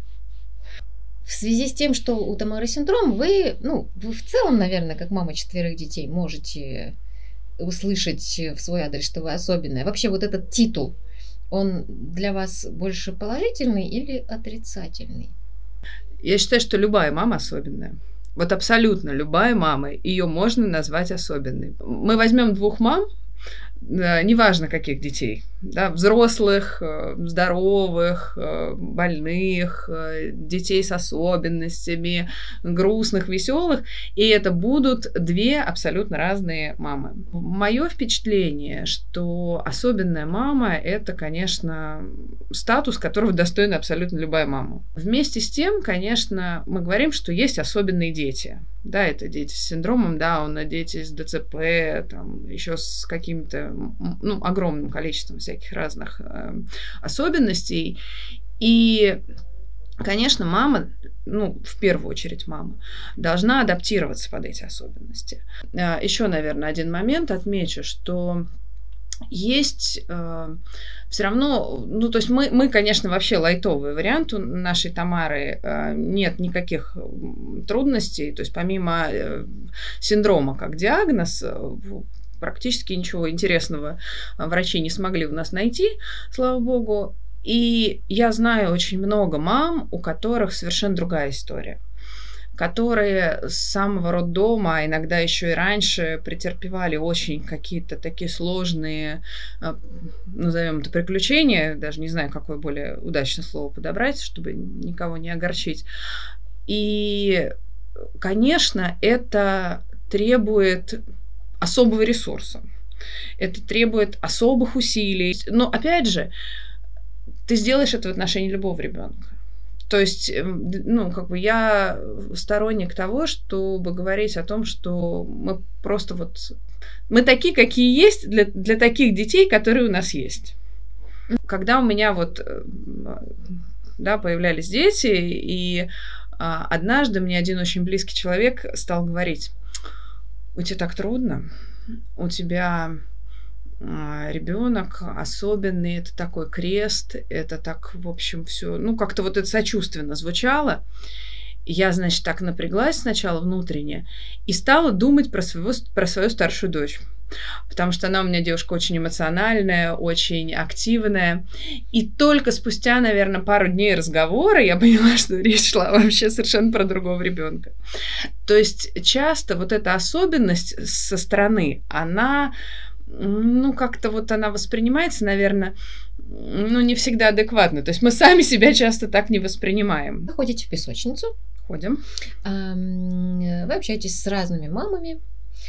Speaker 3: В связи с тем, что у Тамары синдром, вы в целом, наверное, как мама 4 детей, можете услышать в свой адрес, что вы особенная. Вообще вот этот титул, он для вас больше положительный или отрицательный?
Speaker 5: Я считаю, что любая мама особенная. Вот абсолютно любая мама, ее можно назвать особенной. Мы возьмем 2 мам, неважно каких детей, да, взрослых, здоровых, больных, детей с особенностями, грустных, веселых, и это будут 2 абсолютно разные мамы. Мое впечатление, что особенная мама – это, конечно, статус, которого достойна абсолютно любая мама. Вместе с тем, конечно, мы говорим, что есть особенные дети. Да, это дети с синдромом Дауна, дети с ДЦП, там, еще с каким-то, огромным количеством всяких разных особенностей. И, конечно, мама, в первую очередь мама, должна адаптироваться под эти особенности. Еще, наверное, один момент отмечу, что есть все равно, то есть мы, конечно, вообще лайтовый вариант у нашей Тамары, нет никаких трудностей, то есть помимо синдрома как диагноз, практически ничего интересного врачи не смогли у нас найти, слава богу, и я знаю очень много мам, у которых совершенно другая история, которые с самого роддома, а иногда еще и раньше, претерпевали очень какие-то такие сложные, назовем это, приключения, даже не знаю, какое более удачное слово подобрать, чтобы никого не огорчить. И, конечно, это требует особого ресурса, это требует особых усилий. Но, опять же, ты сделаешь это в отношении любого ребенка. То есть, я сторонник того, чтобы говорить о том, что мы просто мы такие, какие есть для таких детей, которые у нас есть. Когда у меня появлялись дети, и однажды мне один очень близкий человек стал говорить: у тебя так трудно, у тебя ребенок особенный, это такой крест, это так, в общем, все, как-то это сочувственно звучало. Я, значит, так напряглась сначала внутренне и стала думать про свою старшую дочь. Потому что она у меня девушка очень эмоциональная, очень активная. И только спустя, наверное, пару дней разговора я поняла, что речь шла вообще совершенно про другого ребенка. То есть часто эта особенность со стороны, она как-то она воспринимается, наверное, не всегда адекватно. То есть мы сами себя часто так не воспринимаем.
Speaker 3: Вы ходите в песочницу.
Speaker 5: Ходим.
Speaker 3: Вы общаетесь с разными мамами.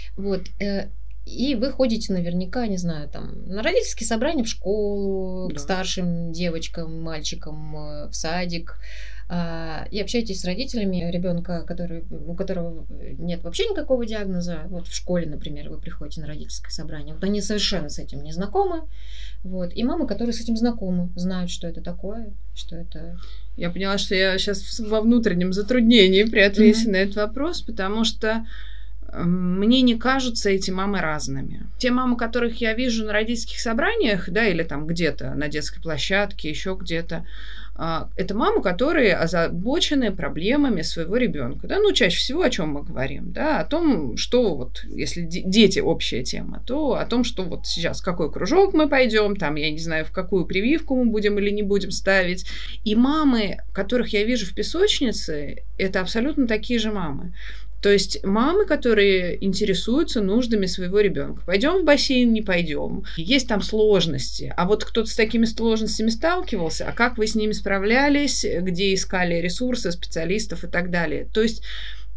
Speaker 3: И вы ходите наверняка, не знаю, на родительские собрания в школу, да, к старшим девочкам, мальчикам, в садик. И общаетесь с родителями ребенка, у которого нет вообще никакого диагноза. В школе, например, вы приходите на родительское собрание. Они совершенно с этим не знакомы. И мамы, которые с этим знакомы, знают, что это такое, что это...
Speaker 5: Я поняла, что я сейчас во внутреннем затруднении при ответе на этот вопрос, потому что мне не кажутся эти мамы разными. Те мамы, которых я вижу на родительских собраниях, да, или где-то на детской площадке, еще где-то, это мамы, которые озабочены проблемами своего ребенка. Да? Чаще всего о чем мы говорим? Да? О том, что если дети общая тема, то о том, что сейчас в какой кружок мы пойдем, я не знаю, в какую прививку мы будем или не будем ставить. И мамы, которых я вижу в песочнице, это абсолютно такие же мамы. То есть мамы, которые интересуются нуждами своего ребенка. Пойдем в бассейн, не пойдем. Есть там сложности. А кто-то с такими сложностями сталкивался, а как вы с ними справлялись, где искали ресурсы, специалистов и так далее. То есть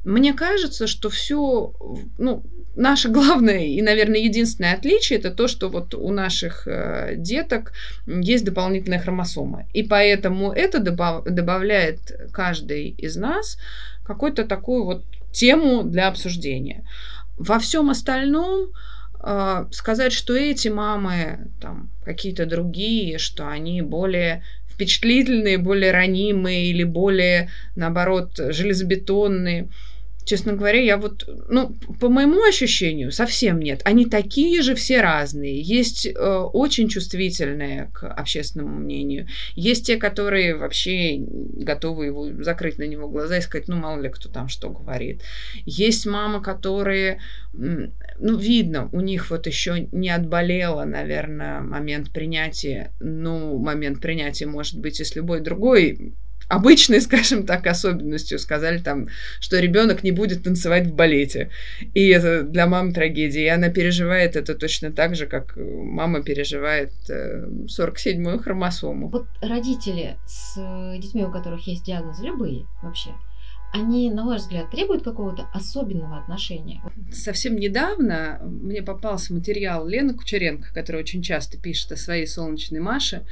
Speaker 5: Мне кажется, что все, наше главное и, наверное, единственное отличие – это то, что вот у наших деток есть дополнительная хромосома. И поэтому это добавляет каждый из нас какую-то такую вот тему для обсуждения. Во всем остальном сказать, что эти мамы там какие-то другие, что они более впечатлительные, более ранимые или более, наоборот, железобетонные. Честно говоря, я вот, по моему ощущению, совсем нет. Они такие же все разные. Есть очень чувствительные к общественному мнению. Есть те, которые вообще готовы его закрыть на него глаза и сказать, мало ли кто там что говорит. Есть мамы, которые, видно, у них вот еще не отболело, наверное, момент принятия. Момент принятия может быть и с любой другой обычной, скажем так, особенностью. Сказали там, что ребенок не будет танцевать в балете. И это для мамы трагедия. И она переживает это точно так же, как мама переживает 47-ю хромосому.
Speaker 3: Вот родители с детьми, у которых есть диагнозы, любые вообще, они, на ваш взгляд, требуют какого-то особенного отношения?
Speaker 5: Совсем недавно мне попался материал Лены Кучеренко, которая очень часто пишет о своей солнечной Маше.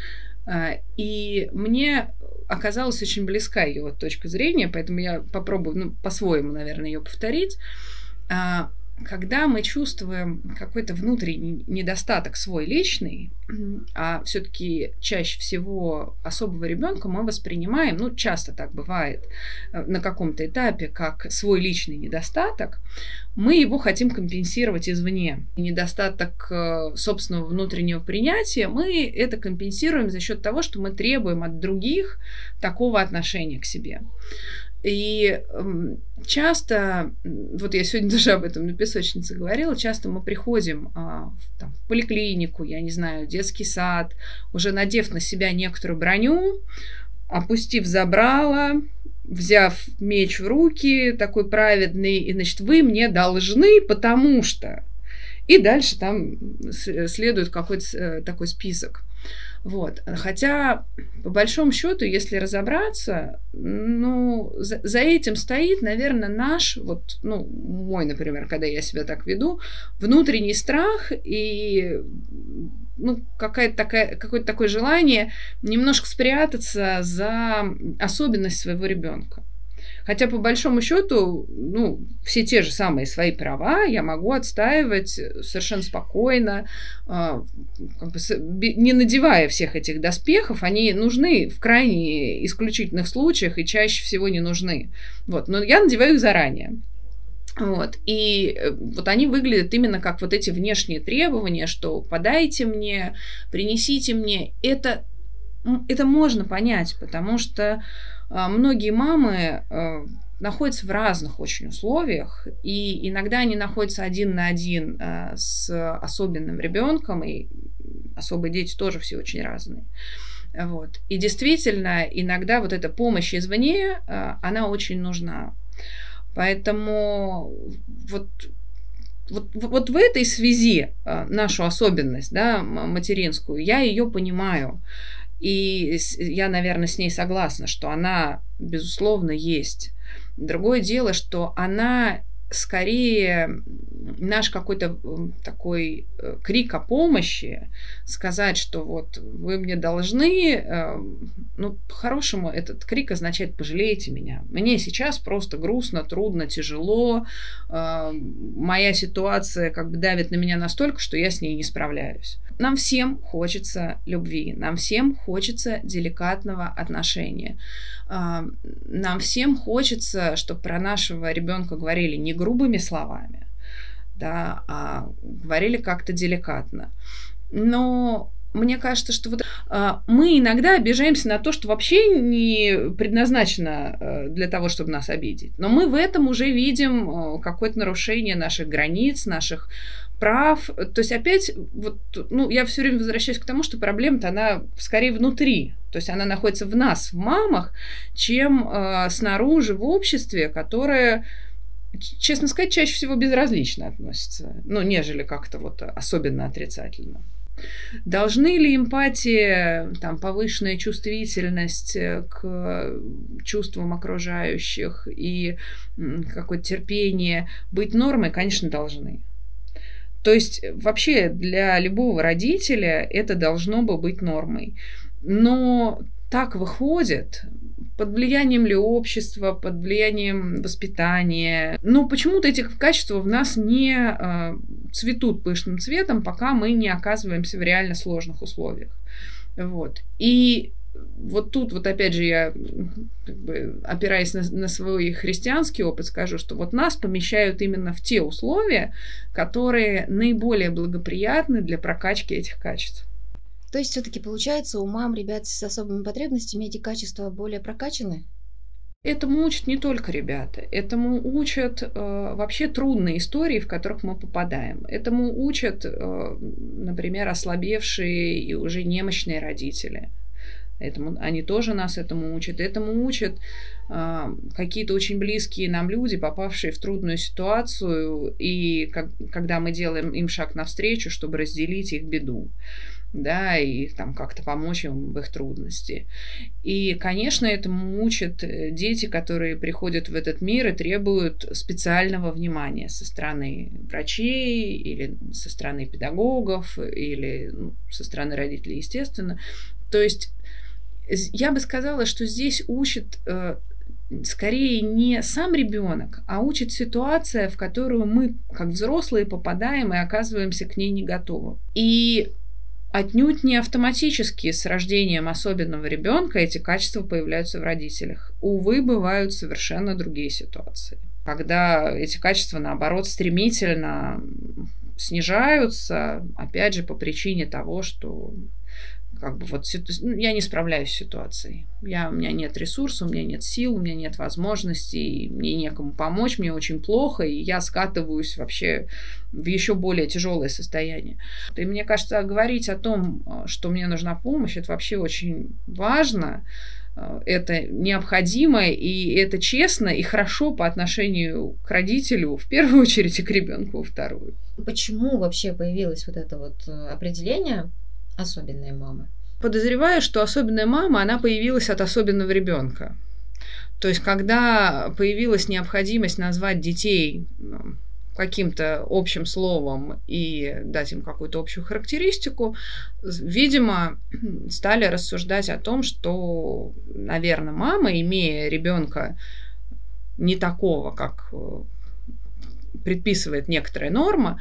Speaker 5: И мне оказалась очень близка ее точка зрения, поэтому я попробую, по-своему, наверное, ее повторить. Когда мы чувствуем какой-то внутренний недостаток свой личный, а все-таки чаще всего особого ребенка мы воспринимаем, часто так бывает, на каком-то этапе, как свой личный недостаток, мы его хотим компенсировать извне. Недостаток собственного внутреннего принятия, мы это компенсируем за счет того, что мы требуем от других такого отношения к себе. И часто, вот я сегодня даже об этом на песочнице говорила, часто мы приходим в поликлинику, я не знаю, детский сад, уже надев на себя некоторую броню, опустив забрало, взяв меч в руки, такой праведный, и, значит, вы мне должны, потому что... И дальше там следует какой-то такой список. Вот. Хотя, по большому счету, если разобраться, за этим стоит, наверное, наш, мой, например, когда я себя так веду, внутренний страх и какое-то такое желание немножко спрятаться за особенность своего ребенка. Хотя, по большому счету, все те же самые свои права я могу отстаивать совершенно спокойно, не надевая всех этих доспехов. Они нужны в крайне исключительных случаях и чаще всего не нужны. Вот. Но я надеваю их заранее. Вот. И вот они выглядят именно как вот эти внешние требования, что подайте мне, принесите мне. Это можно понять, потому что многие мамы находятся в разных очень условиях, и иногда они находятся один на один с особенным ребенком, и особые дети тоже все очень разные. Вот. И действительно, иногда вот эта помощь извне, она очень нужна. Поэтому вот в этой связи нашу особенность, материнскую, я ее понимаю. И я, наверное, с ней согласна, что она, безусловно, есть. Другое дело, что она скорее наш какой-то такой крик о помощи, сказать, что вот вы мне должны, по-хорошему этот крик означает «пожалейте меня». Мне сейчас просто грустно, трудно, тяжело, моя ситуация давит на меня настолько, что я с ней не справляюсь. Нам всем хочется любви, нам всем хочется деликатного отношения. Нам всем хочется, чтобы про нашего ребенка говорили не грубыми словами, а говорили как-то деликатно. Но мне кажется, что мы иногда обижаемся на то, что вообще не предназначено для того, чтобы нас обидеть. Но мы в этом уже видим какое-то нарушение наших границ, наших прав. То есть опять, я все время возвращаюсь к тому, что проблема-то она скорее внутри. То есть она находится в нас, в мамах, чем снаружи, в обществе, которое, честно сказать, чаще всего безразлично относится, нежели как-то особенно отрицательно. Должны ли эмпатия, там, повышенная чувствительность к чувствам окружающих и какое-то терпение быть нормой? Конечно, должны. То есть вообще для любого родителя это должно бы быть нормой. Но так выходит, под влиянием ли общества, под влиянием воспитания. Но почему-то эти качества в нас не цветут пышным цветом, пока мы не оказываемся в реально сложных условиях. Вот. И вот тут, вот опять же, я, как бы, опираясь на свой христианский опыт, скажу, что вот нас помещают именно в те условия, которые наиболее благоприятны для прокачки этих качеств.
Speaker 1: То есть все-таки получается, у мам, ребят с особыми потребностями эти качества более прокачаны?
Speaker 5: Этому учат не только ребята, этому учат вообще трудные истории, в которых мы попадаем. Этому учат, например, ослабевшие и уже немощные родители. Они тоже нас этому учат. Этому учат какие-то очень близкие нам люди, попавшие в трудную ситуацию, и когда мы делаем им шаг навстречу, чтобы разделить их беду. Да, и там как-то помочь им в их трудности. И, конечно, этому учат дети, которые приходят в этот мир и требуют специального внимания со стороны врачей или со стороны педагогов или со стороны родителей, естественно. То есть я бы сказала, что здесь учат скорее не сам ребенок, а учит ситуация, в которую мы, как взрослые, попадаем и оказываемся к ней не готовы. И отнюдь не автоматически с рождением особенного ребенка эти качества появляются в родителях. Увы, бывают совершенно другие ситуации, когда эти качества, наоборот, стремительно снижаются, опять же, по причине того, что как бы вот я не справляюсь с ситуацией. У меня нет ресурсов, у меня нет сил, у меня нет возможностей, мне некому помочь, мне очень плохо, и я скатываюсь вообще в еще более тяжелое состояние. И мне кажется, говорить о том, что мне нужна помощь, это вообще очень важно, это необходимо, и это честно и хорошо по отношению к родителю в первую очередь и к ребенку во вторую.
Speaker 3: Почему вообще появилось вот это вот определение особенные мамы?
Speaker 5: Подозреваю, что особенная мама, она появилась от особенного ребенка. То есть, когда появилась необходимость назвать детей каким-то общим словом и дать им какую-то общую характеристику, видимо, стали рассуждать о том, что, наверное, мама, имея ребенка не такого, как предписывает некоторая норма,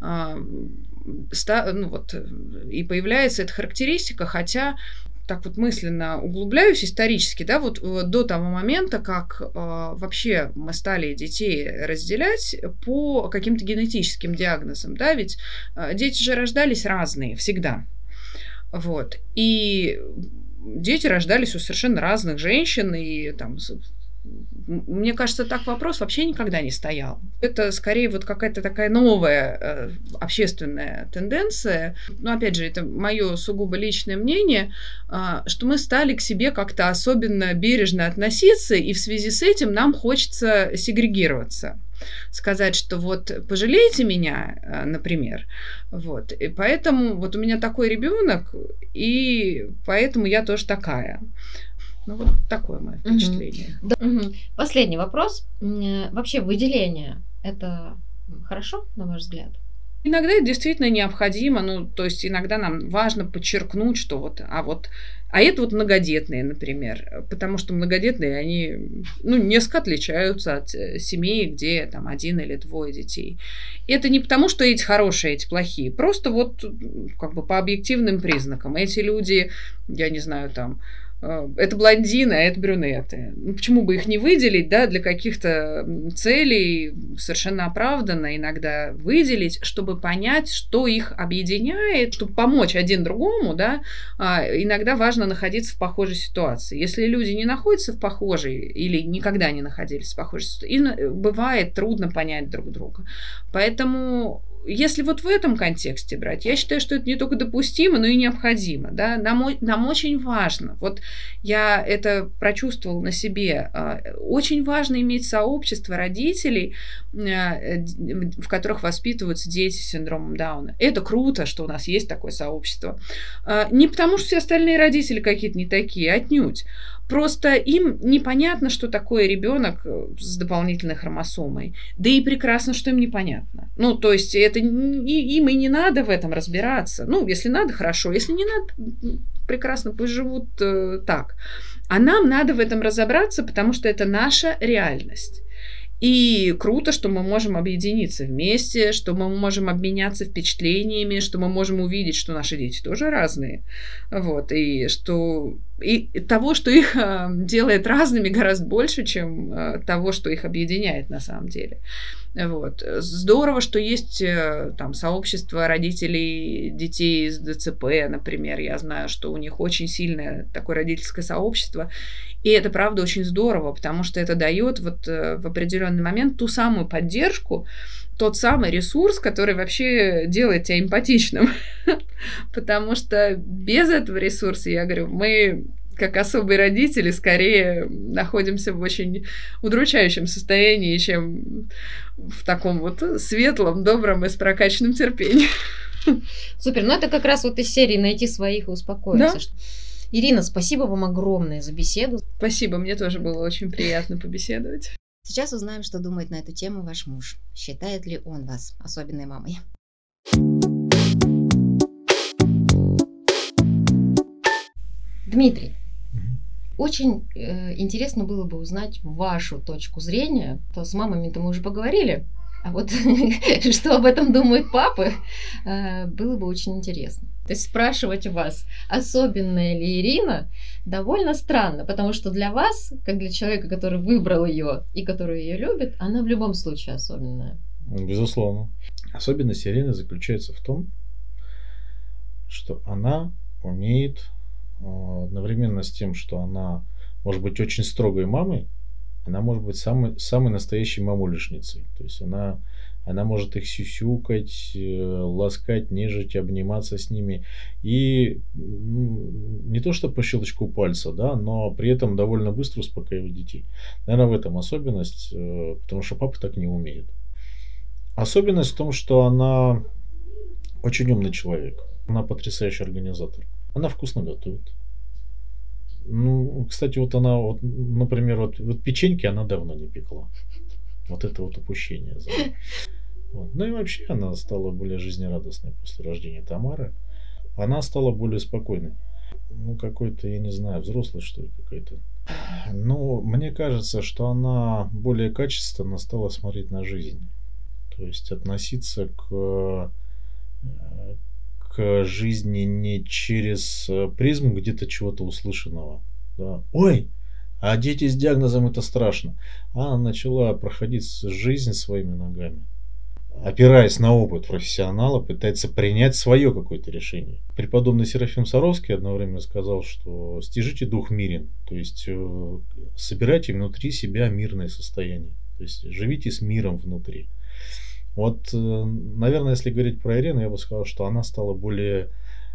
Speaker 5: и появляется эта характеристика, хотя так вот мысленно углубляюсь исторически, да, вот до того момента, как вообще мы стали детей разделять по каким-то генетическим диагнозам, да, ведь дети же рождались разные всегда, вот, и дети рождались у совершенно разных женщин, и там, мне кажется, так вопрос вообще никогда не стоял. Это скорее вот какая-то такая новая общественная тенденция. Но опять же, это мое сугубо личное мнение, что мы стали к себе как-то особенно бережно относиться, и в связи с этим нам хочется сегрегироваться. Сказать, что вот пожалейте меня, например. Вот. И поэтому вот у меня такой ребенок, и поэтому я тоже такая. Ну, вот такое мое впечатление.
Speaker 3: Последний вопрос. Вообще выделение – это хорошо, на ваш взгляд?
Speaker 5: Иногда это действительно необходимо. То есть иногда нам важно подчеркнуть, что а это вот многодетные, например. Потому что многодетные, они несколько отличаются от семей, где там 1 или 2 детей. И это не потому, что эти хорошие, эти плохие. Просто вот как бы по объективным признакам. Эти люди, я не знаю, там, это блондины, а это брюнеты. Почему бы их не выделить, да, для каких-то целей совершенно оправданно иногда выделить, чтобы понять, что их объединяет, чтобы помочь один другому, да, иногда важно находиться в похожей ситуации. Если люди не находятся в похожей или никогда не находились в похожей ситуации, им бывает трудно понять друг друга. Поэтому если вот в этом контексте брать, я считаю, что это не только допустимо, но и необходимо. Да? Нам очень важно, вот я это прочувствовала на себе, очень важно иметь сообщество родителей, в которых воспитываются дети с синдромом Дауна. Это круто, что у нас есть такое сообщество. Не потому, что все остальные родители какие-то не такие, отнюдь. Просто им непонятно, что такое ребенок с дополнительной хромосомой. Да и прекрасно, что им непонятно. Ну, то есть, это им и не надо в этом разбираться. Ну, если надо, хорошо. Если не надо, прекрасно, пусть живут так. А нам надо в этом разобраться, потому что это наша реальность. И круто, что мы можем объединиться вместе, что мы можем обменяться впечатлениями, что мы можем увидеть, что наши дети тоже разные. Вот, и того, что их делает разными, гораздо больше, чем того, что их объединяет на самом деле. Вот. Здорово, что есть там сообщество родителей детей с ДЦП, например. Я знаю, что у них очень сильное такое родительское сообщество. И это, правда, очень здорово, потому что это дает вот в определенный момент ту самую поддержку, тот самый ресурс, который вообще делает тебя эмпатичным. Потому что без этого ресурса, я говорю, мы, как особые родители, скорее находимся в очень удручающем состоянии, чем в таком вот светлом, добром и с прокачанным терпением.
Speaker 3: Супер, ну это как раз вот из серии «Найти своих и успокоиться».
Speaker 5: Да.
Speaker 3: Ирина, спасибо вам огромное за беседу.
Speaker 5: Спасибо, мне тоже было очень приятно побеседовать.
Speaker 1: Сейчас узнаем, что думает на эту тему ваш муж. Считает ли он вас особенной мамой?
Speaker 3: Дмитрий, очень интересно было бы узнать вашу точку зрения. То с мамами-то мы уже поговорили, а вот что об этом думают папы, было бы очень интересно. То есть спрашивать вас, особенная ли Ирина, довольно странно, потому что для вас, как для человека, который выбрал ее и который ее любит, она в любом случае особенная.
Speaker 4: Безусловно. Особенность Ирины заключается в том, что она умеет одновременно с тем, что она может быть очень строгой мамой, она может быть самой настоящей мамулишницей. То есть она может их сюсюкать, ласкать, нежить, обниматься с ними. И не то что по щелчку пальца, да, но при этом довольно быстро успокаивать детей. Наверное, в этом особенность, потому что папа так не умеет. Особенность в том, что она очень умный человек. Она потрясающий организатор. Она вкусно готовит. Ну, кстати, вот она, вот, например, вот печеньки она давно не пекла. Вот это вот упущение. Вот. Ну и вообще она стала более жизнерадостной после рождения Тамары. Она стала более спокойной. Ну, какой-то, я не знаю, взрослый, что ли, какой-то. Ну, мне кажется, что она более качественно стала смотреть на жизнь. То есть относиться к жизни не через призму где-то чего-то услышанного. Да. Ой, а дети с диагнозом это страшно. Она начала проходить жизнь своими ногами. Опираясь на опыт профессионала, пытается принять свое какое-то решение. Преподобный Серафим Саровский одно время сказал, что стяжите дух мирен. То есть собирайте внутри себя мирное состояние. То есть живите с миром внутри. Вот, наверное, если говорить про Ирину, я бы сказал, что она стала более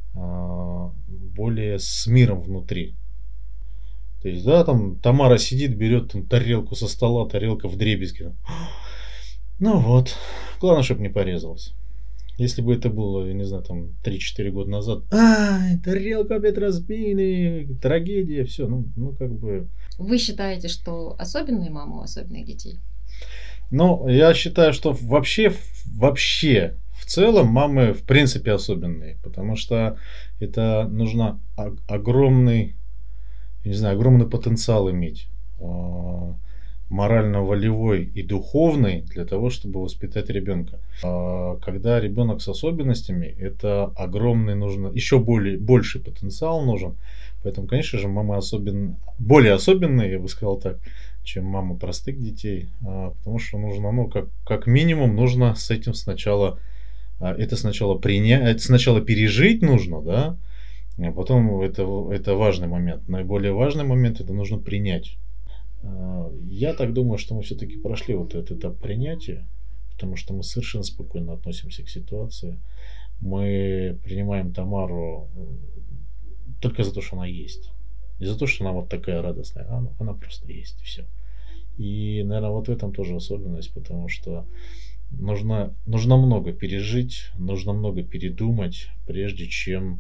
Speaker 4: с миром внутри. То есть, да, там Тамара сидит, берет там тарелку со стола, тарелка вдребезги. Ну вот, главное, чтобы не порезалась. Если бы это было, я не знаю, там 3-4 года назад, тарелку опять разбили, трагедия, все, ну как бы.
Speaker 3: Вы считаете, что особенные мамы у особенных детей?
Speaker 4: Ну, я считаю, что вообще в целом мамы в принципе особенные, потому что это нужно огромный потенциал иметь, морально-волевой и духовный, для того, чтобы воспитать ребенка. Когда ребенок с особенностями, это огромный нужно, еще больший потенциал нужен. Поэтому, конечно же, мамы более особенные, я бы сказал так, чем мамы простых детей, потому что нужно, как минимум, нужно с этим сначала принять, это сначала пережить нужно, да, а потом это важный момент. Наиболее важный момент это нужно принять. Я так думаю, что мы все-таки прошли вот этот этап принятия, потому что мы совершенно спокойно относимся к ситуации. Мы принимаем Тамару только за то, что она есть. Не за то, что она вот такая радостная, она просто есть, и все. И, наверное, вот в этом тоже особенность, потому что нужно много пережить, нужно много передумать, прежде чем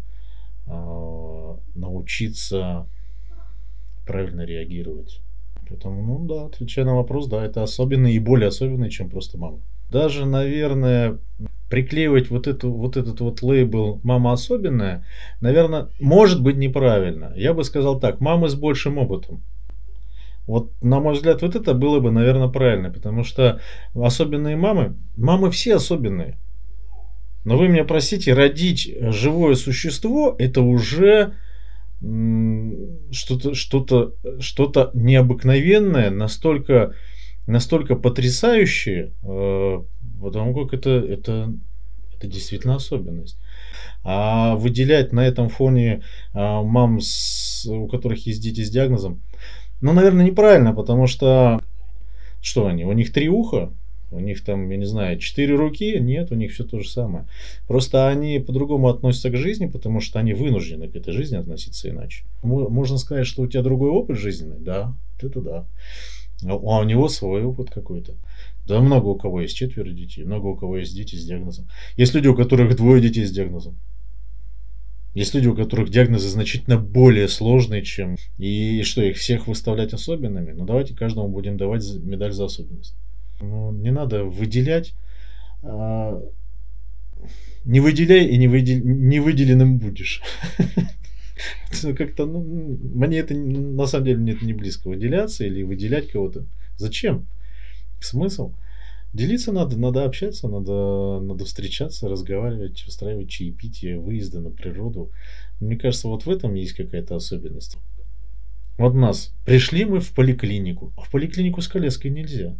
Speaker 4: научиться правильно реагировать. Поэтому, да, отвечая на вопрос, да, это особенный и более особенный, чем просто мама. Даже, наверное, приклеивать вот этот лейбл «мама особенная», наверное, может быть неправильно. Я бы сказал так: мамы с большим опытом. Вот, на мой взгляд, вот это было бы, наверное, правильно, потому что особенные мамы все особенные. Но вы меня простите, родить живое существо — это уже что-то необыкновенное, настолько потрясающее, потому как это действительно особенность. А выделять на этом фоне мам, у которых есть дети с диагнозом, наверное, неправильно, потому что что они? У них 3 уха? У них там, я не знаю, 4 руки? Нет, у них все то же самое. Просто они по-другому относятся к жизни, потому что они вынуждены к этой жизни относиться иначе. Можно сказать, что у тебя другой опыт жизненный? Да, это да. А у него свой опыт какой-то. Да, много у кого есть 4 детей, много у кого есть дети с диагнозом. Есть люди, у которых 2 детей с диагнозом. Есть люди, у которых диагнозы значительно более сложные, чем... И что, их всех выставлять особенными? Давайте каждому будем давать медаль за особенность. Не надо выделять. Не выделяй, и не выделенным будешь. Как-то, мне это на самом деле нет, не близко выделяться или выделять кого-то. Зачем? Смысл? Делиться надо общаться, надо встречаться, разговаривать, устраивать чаепитие, выезды на природу. Мне кажется, вот в этом есть какая-то особенность. Вот пришли мы в поликлинику, а в поликлинику с коляской нельзя.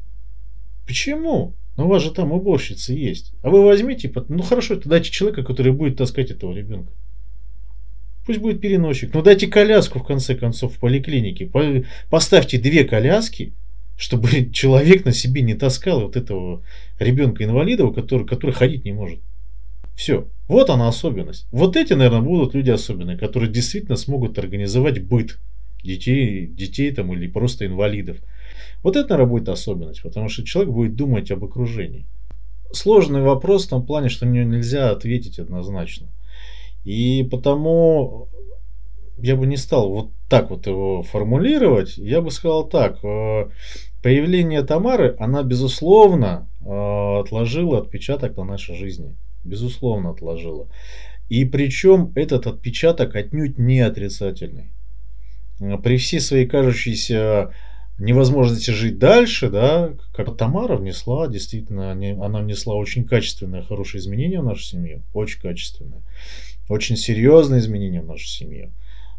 Speaker 4: Почему? У вас же там уборщицы есть. А вы возьмите, хорошо, дайте человека, который будет таскать этого ребенка. Пусть будет переносчик. Дайте коляску, в конце концов, в поликлинике. Поставьте 2 коляски, чтобы человек на себе не таскал вот этого ребенка-инвалида, который ходить не может. Все. Вот она особенность. Вот эти, наверное, будут люди особенные, которые действительно смогут организовать быт детей там, или просто инвалидов. Вот это, наверное, будет особенность, потому что человек будет думать об окружении. Сложный вопрос в том плане, что на него нельзя ответить однозначно. И потому я бы не стал вот так вот его формулировать. Я бы сказал так: появление Тамары, она, безусловно, отложила отпечаток на нашей жизни. Безусловно, отложила. И причем этот отпечаток отнюдь не отрицательный. При всей своей кажущейся невозможности жить дальше, да, как Тамара внесла, действительно, она внесла очень качественное, хорошее изменение в нашу семью. Очень качественное. Очень серьезные изменения в нашу семью.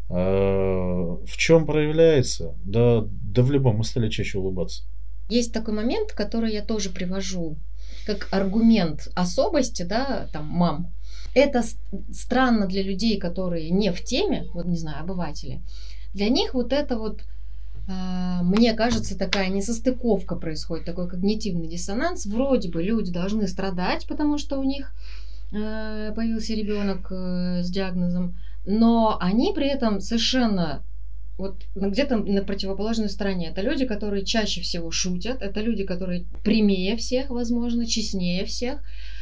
Speaker 4: В чем проявляется? Да в любом. Мы стали чаще улыбаться.
Speaker 3: Есть такой момент, который я тоже привожу как аргумент особости, да, там, мам. Это странно для людей, которые не в теме, вот не знаю, обыватели. Для них вот это вот, мне кажется, такая несостыковка происходит, такой когнитивный диссонанс. Вроде бы люди должны страдать, потому что у них появился ребенок с диагнозом, но они при этом совершенно вот где-то на противоположной стороне. Это люди, которые чаще всего шутят, это люди, которые прямее всех, возможно, честнее всех,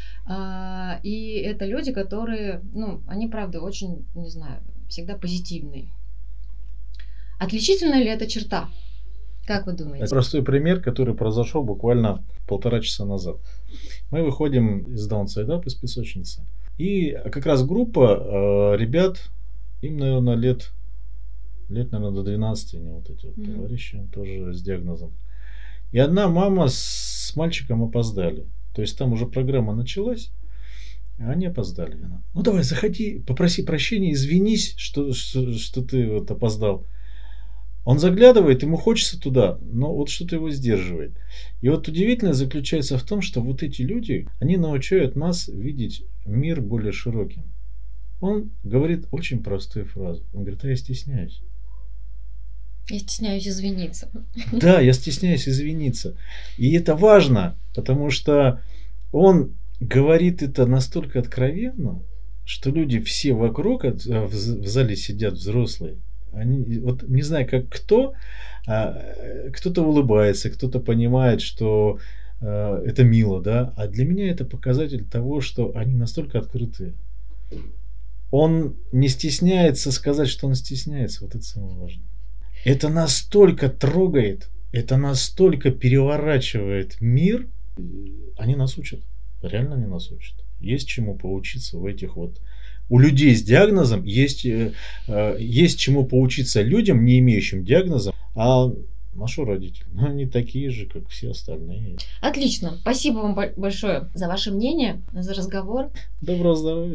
Speaker 3: и это люди, которые, они, правда, очень, не знаю, всегда позитивные. Отличительная ли эта черта? Как вы думаете?
Speaker 4: Простой пример, который произошел буквально 1,5 часа назад. Мы выходим из Даунсайд-Ап, из песочницы. И как раз группа ребят, им, наверное, лет, наверное, до 12, они вот эти вот товарищи, тоже с диагнозом. И одна мама с мальчиком опоздали. То есть там уже программа началась, а они опоздали. Она: давай, заходи, попроси прощения, извинись, что ты вот опоздал. Он заглядывает, ему хочется туда, но вот что-то его сдерживает. И вот удивительное заключается в том, что вот эти люди, они научают нас видеть мир более широким. Он говорит очень простую фразу. Он говорит: а я стесняюсь.
Speaker 3: Я стесняюсь извиниться.
Speaker 4: Да, я стесняюсь извиниться. И это важно, потому что он говорит это настолько откровенно, что люди все вокруг, в зале сидят взрослые, они, вот не знаю, как кто, кто-то улыбается, кто-то понимает, что это мило, да, а для меня это показатель того, что они настолько открытые. Он не стесняется сказать, что он стесняется, вот это самое важное. Это настолько трогает, это настолько переворачивает мир, они нас учат, реально они нас учат. Есть чему поучиться в этих вот... У людей с диагнозом есть чему поучиться людям, не имеющим диагноза, а наши родители, они такие же, как все остальные.
Speaker 3: Отлично. Спасибо вам большое за ваше мнение, за разговор.
Speaker 4: Доброго здоровья.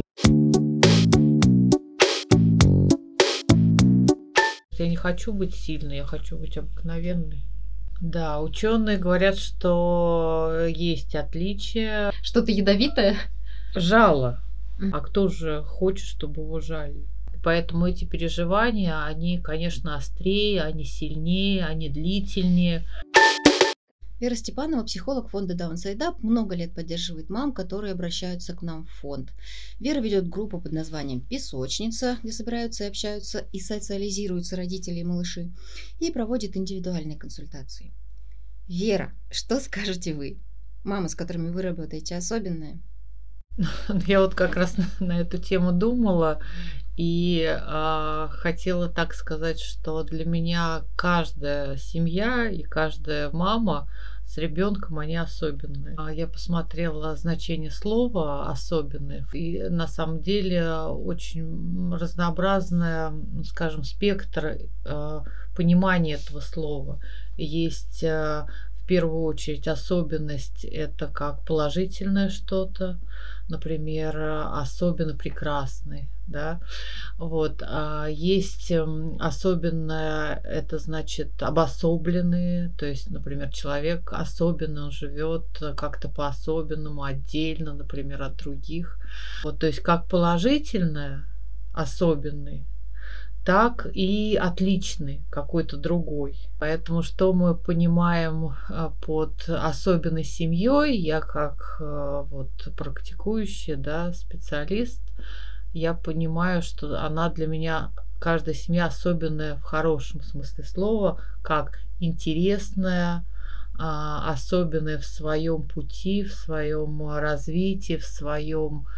Speaker 6: Я не хочу быть сильной, я хочу быть обыкновенной. Да, ученые говорят, что есть отличия.
Speaker 3: Что-то ядовитое?
Speaker 6: Жало. А кто же хочет, чтобы его жали? Поэтому эти переживания, они, конечно, острее, они сильнее, они длительнее.
Speaker 1: Вера Степанова, психолог фонда Downside Up, много лет поддерживает мам, которые обращаются к нам в фонд. Вера ведет группу под названием «Песочница», где собираются и общаются и социализируются родители и малыши, и проводит индивидуальные консультации. Вера, что скажете вы? Мамы, с которыми вы работаете, особенные?
Speaker 6: Я вот как раз на эту тему думала и хотела так сказать, что для меня каждая семья и каждая мама с ребенком, они особенные. Я посмотрела значение слова «особенные», и на самом деле очень разнообразный, скажем, спектр понимания этого слова. Есть в первую очередь особенность — это как положительное что-то, например, особенно прекрасный, да, вот, а есть особенное, это значит обособленные, то есть, например, человек особенно, он живет как-то по-особенному, отдельно, например, от других, вот, то есть как положительное, особенный, так и отличный какой-то другой. Поэтому что мы понимаем под особенной семьей, я как вот практикующий, да, специалист, я понимаю, что она для меня, каждая семья особенная в хорошем смысле слова, как интересная, особенная в своем пути, в своем развитии, в своем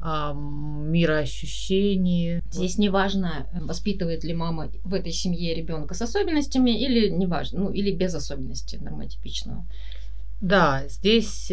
Speaker 6: мироощущении.
Speaker 3: Здесь не важно, воспитывает ли мама в этой семье ребенка с особенностями или не важно, ну или без особенностей нормотипичного.
Speaker 6: Да, здесь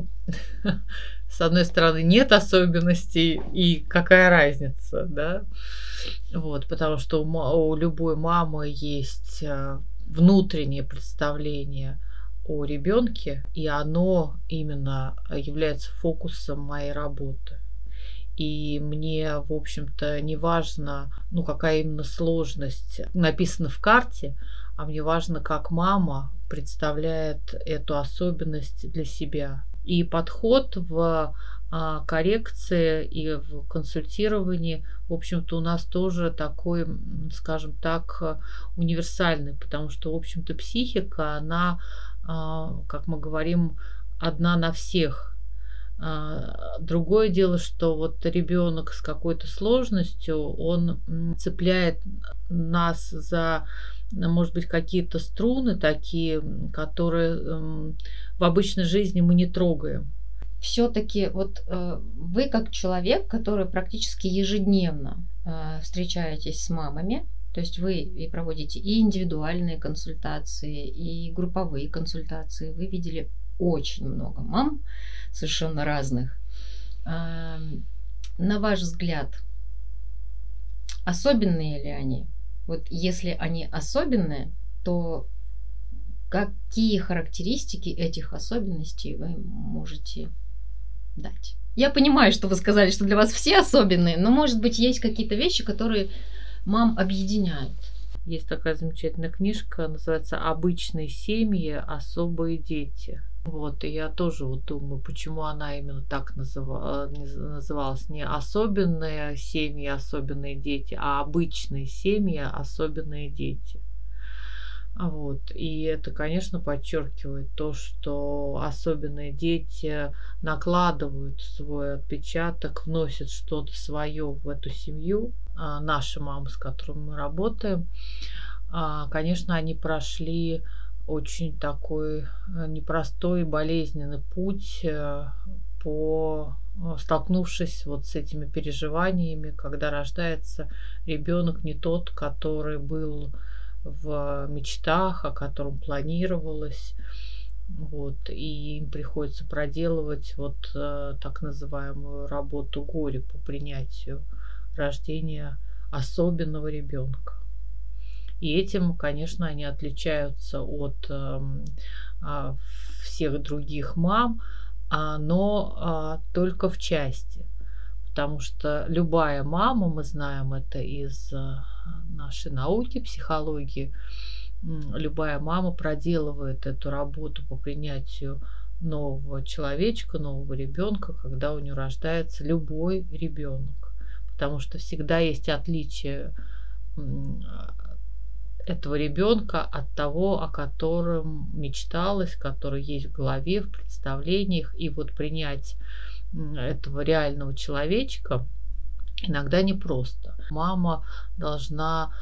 Speaker 6: с одной стороны нет особенностей, и какая разница, да? Вот, потому что у любой мамы есть внутреннее представление о ребенке, и оно именно является фокусом моей работы. И мне, в общем-то, не важно, ну, какая именно сложность написана в карте, а мне важно, как мама представляет эту особенность для себя. И подход в коррекции и в консультировании, в общем-то, у нас тоже такой, скажем так, универсальный, потому что, в общем-то, психика, она, как мы говорим, одна на всех. Другое дело, что вот ребенок с какой-то сложностью, он цепляет нас за, может быть, какие-то струны такие, которые в обычной жизни мы не трогаем.
Speaker 3: Все-таки вот вы как человек, который практически ежедневно встречаетесь с мамами, то есть вы и проводите и индивидуальные консультации, и групповые консультации, вы видели очень много мам, совершенно разных. На ваш взгляд, особенные ли они? Вот если они особенные, то какие характеристики этих особенностей вы можете дать? Я понимаю, что вы сказали, что для вас все особенные, но, может быть, есть какие-то вещи, которые мам объединяют.
Speaker 6: Есть такая замечательная книжка, называется «Обычные семьи, особые дети». Вот, и я тоже вот думаю, почему она именно так называлась. Не особенные семьи, особенные дети, а обычные семьи, особенные дети. Вот. И это, конечно, подчеркивает то, что особенные дети накладывают свой отпечаток, вносят что-то свое в эту семью. Наши мамы, с которыми мы работаем, конечно, они прошли очень такой непростой, болезненный путь, столкнувшись вот с этими переживаниями, когда рождается ребенок не тот, который был в мечтах, о котором планировалось. Вот, и им приходится проделывать вот так называемую работу горя по принятию рождения особенного ребенка. И этим, конечно, они отличаются от всех других мам, но только в части. Потому что любая мама, мы знаем это из нашей науки, психологии, любая мама проделывает эту работу по принятию нового человечка, нового ребенка, когда у нее рождается любой ребенок. Потому что всегда есть отличие этого ребенка от того, о котором мечталось, который есть в голове, в представлениях. И вот принять этого реального человечка иногда непросто. Мама должна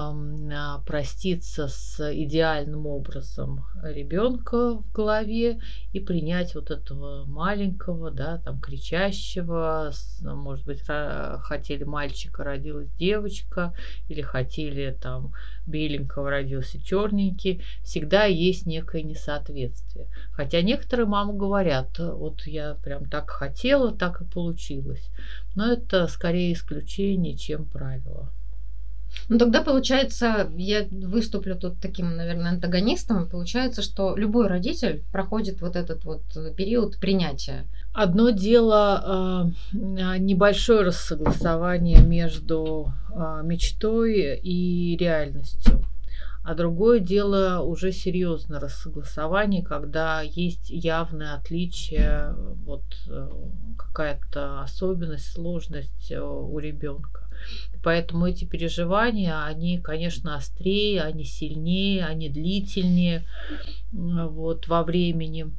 Speaker 6: проститься с идеальным образом ребенка в голове и принять вот этого маленького, да, там кричащего, может быть, хотели мальчика, родилась девочка, или хотели там беленького, родился черненький. Всегда есть некое несоответствие. Хотя некоторые мамы говорят, вот я прям так хотела, так и получилось. Но это скорее исключение, чем правило.
Speaker 3: Ну, тогда, получается, я выступлю тут таким, наверное, антагонистом. Получается, что любой родитель проходит вот этот вот период принятия.
Speaker 6: Одно дело небольшое рассогласование между мечтой и реальностью. А другое дело уже серьезное рассогласование, когда есть явное отличие, вот какая-то особенность, сложность у ребенка. Поэтому эти переживания, они, конечно, острее, они сильнее, они длительнее вот, во времени.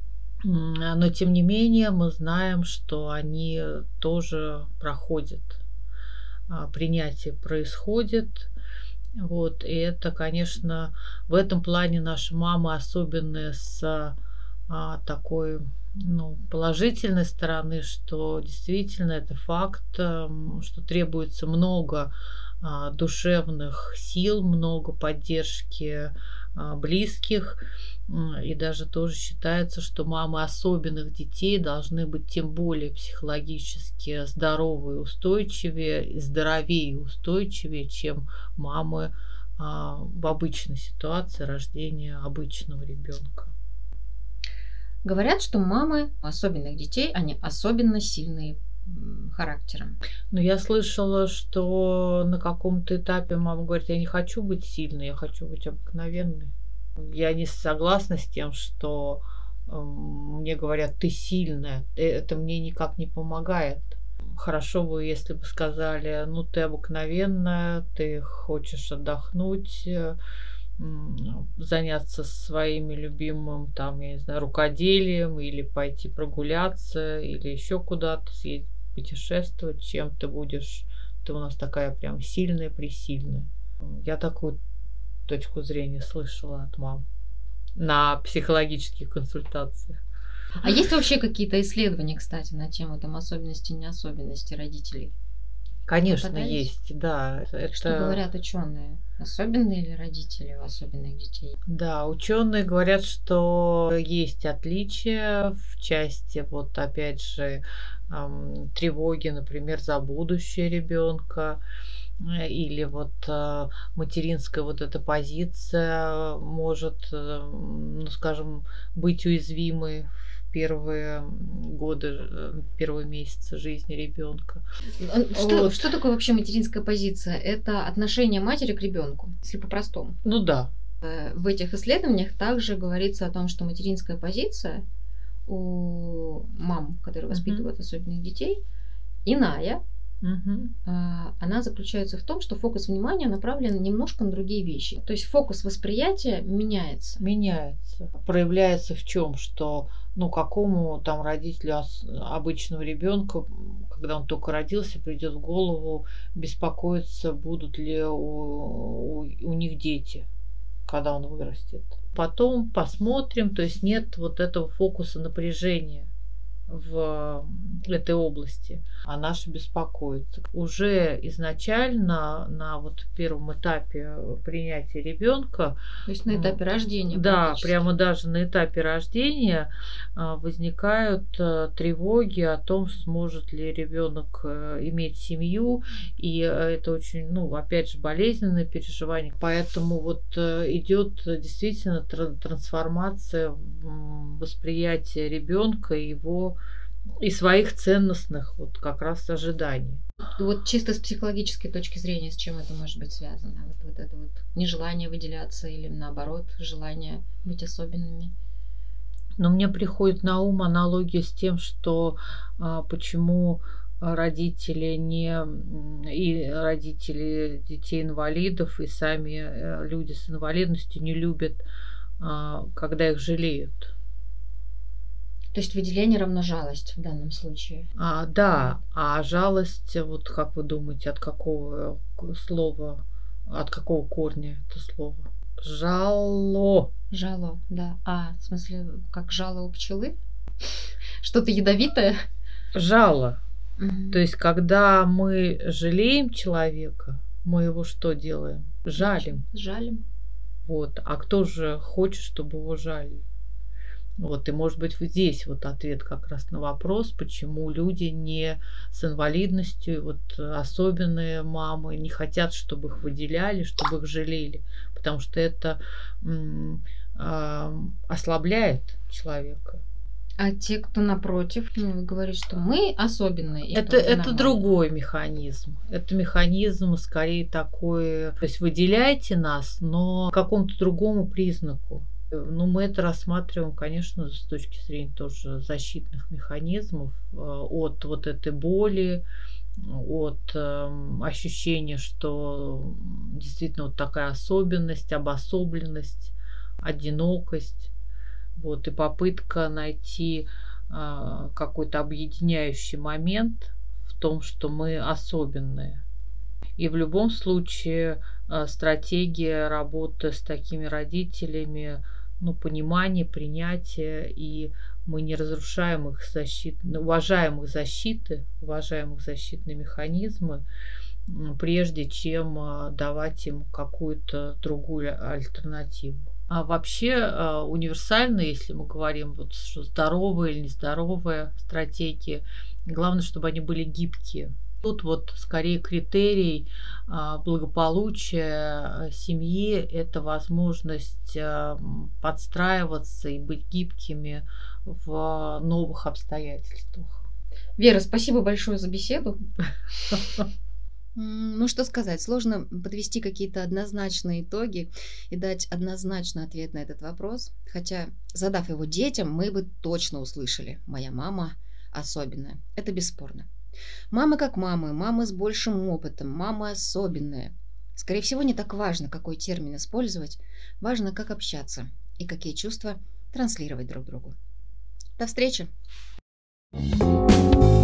Speaker 6: Но, тем не менее, мы знаем, что они тоже проходят. Принятие происходит. Вот, и это, конечно, в этом плане наши мамы особенные с такой положительной стороны, что действительно это факт, что требуется много душевных сил, много поддержки близких. И даже тоже считается, что мамы особенных детей должны быть тем более психологически здоровые, устойчивее, здоровее и устойчивее, чем мамы в обычной ситуации рождения обычного ребенка.
Speaker 3: Говорят, что мамы особенных детей, они особенно сильные характером.
Speaker 6: Но я слышала, что на каком-то этапе мама говорит, я не хочу быть сильной, я хочу быть обыкновенной. Я не согласна с тем, что мне говорят, ты сильная. Это мне никак не помогает. Хорошо бы, если бы сказали, ты обыкновенная, ты хочешь отдохнуть, заняться своими любимым, там, я не знаю, рукоделием, или пойти прогуляться, или еще куда-то съездить, путешествовать, чем ты будешь. Ты у нас такая прям сильная, пресильная. Я такую точку зрения слышала от мам на психологических консультациях.
Speaker 3: А есть вообще какие-то исследования, кстати, на тему там особенности и неособенности родителей?
Speaker 6: Конечно, есть, да.
Speaker 3: Что говорят ученые? Особенные ли родители у особенных детей?
Speaker 6: Да, ученые говорят, что есть отличия в части, вот опять же, тревоги, например, за будущее ребенка, или вот материнская вот эта позиция может, скажем, быть уязвимой в первые годы, первые месяцы жизни ребенка.
Speaker 3: Что такое вообще материнская позиция? Это отношение матери к ребенку, если по-простому.
Speaker 6: Ну да.
Speaker 3: В этих исследованиях также говорится о том, что материнская позиция у мам, которые воспитывают особенных детей, иная, она заключается в том, что фокус внимания направлен немножко на другие вещи. То есть фокус восприятия меняется.
Speaker 6: Меняется. Проявляется в чем? Что какому там родителю обычного ребенка, когда он только родился, придет в голову беспокоиться, будут ли у них дети, когда он вырастет. Потом посмотрим, то есть нет вот этого фокуса напряжения в этой области, а наши беспокоятся. Уже изначально на вот первом этапе принятия ребенка,
Speaker 3: то есть на этапе рождения,
Speaker 6: да, прямо даже на этапе рождения возникают тревоги о том, сможет ли ребенок иметь семью, и это очень, опять же, болезненное переживание. Поэтому вот идет действительно трансформация восприятия ребенка и его и своих ценностных вот как раз ожиданий.
Speaker 3: Вот чисто с психологической точки зрения, с чем это может быть связано? Вот это вот нежелание выделяться или наоборот желание быть особенными?
Speaker 6: Но мне приходит на ум аналогия с тем, что почему родители родители детей-инвалидов и сами люди с инвалидностью не любят, когда их жалеют.
Speaker 3: То есть выделение равно жалость в данном случае.
Speaker 6: Да, а жалость, вот как вы думаете, от какого слова, от какого корня это слово? Жало.
Speaker 3: Жало, да. В смысле, как жало у пчелы? Что-то ядовитое?
Speaker 6: Жало. То есть, когда мы жалеем человека, мы его что делаем? Жалим.
Speaker 3: Жалим.
Speaker 6: Вот. А кто же хочет, чтобы его жалили? Вот, и может быть вот здесь вот ответ как раз на вопрос, почему люди не с инвалидностью, вот особенные мамы, не хотят, чтобы их выделяли, чтобы их жалели, потому что это ослабляет человека.
Speaker 3: А те, кто напротив, говорит, что мы особенные.
Speaker 6: Это другой механизм. Это механизм скорее такой, то есть выделяйте нас, но по какому-то другому признаку. Мы это рассматриваем, конечно, с точки зрения тоже защитных механизмов от вот этой боли, от ощущения, что действительно вот такая особенность, обособленность, одинокость. Вот, и попытка найти какой-то объединяющий момент в том, что мы особенные. И в любом случае стратегия работы с такими родителями, понимание, принятие, и мы не разрушаем их уважаем их защитные механизмы, прежде чем давать им какую-то другую альтернативу. А вообще универсально, если мы говорим, что здоровая или нездоровая стратегия, главное, чтобы они были гибкие. Тут вот скорее критерий благополучия семьи – это возможность подстраиваться и быть гибкими в новых обстоятельствах.
Speaker 3: Вера, спасибо большое за беседу.
Speaker 1: Что сказать, сложно подвести какие-то однозначные итоги и дать однозначный ответ на этот вопрос, хотя, задав его детям, мы бы точно услышали: «Моя мама особенная». Это бесспорно. Мамы как мамы, мамы с большим опытом, мамы особенные. Скорее всего, не так важно, какой термин использовать, важно, как общаться и какие чувства транслировать друг другу. До встречи!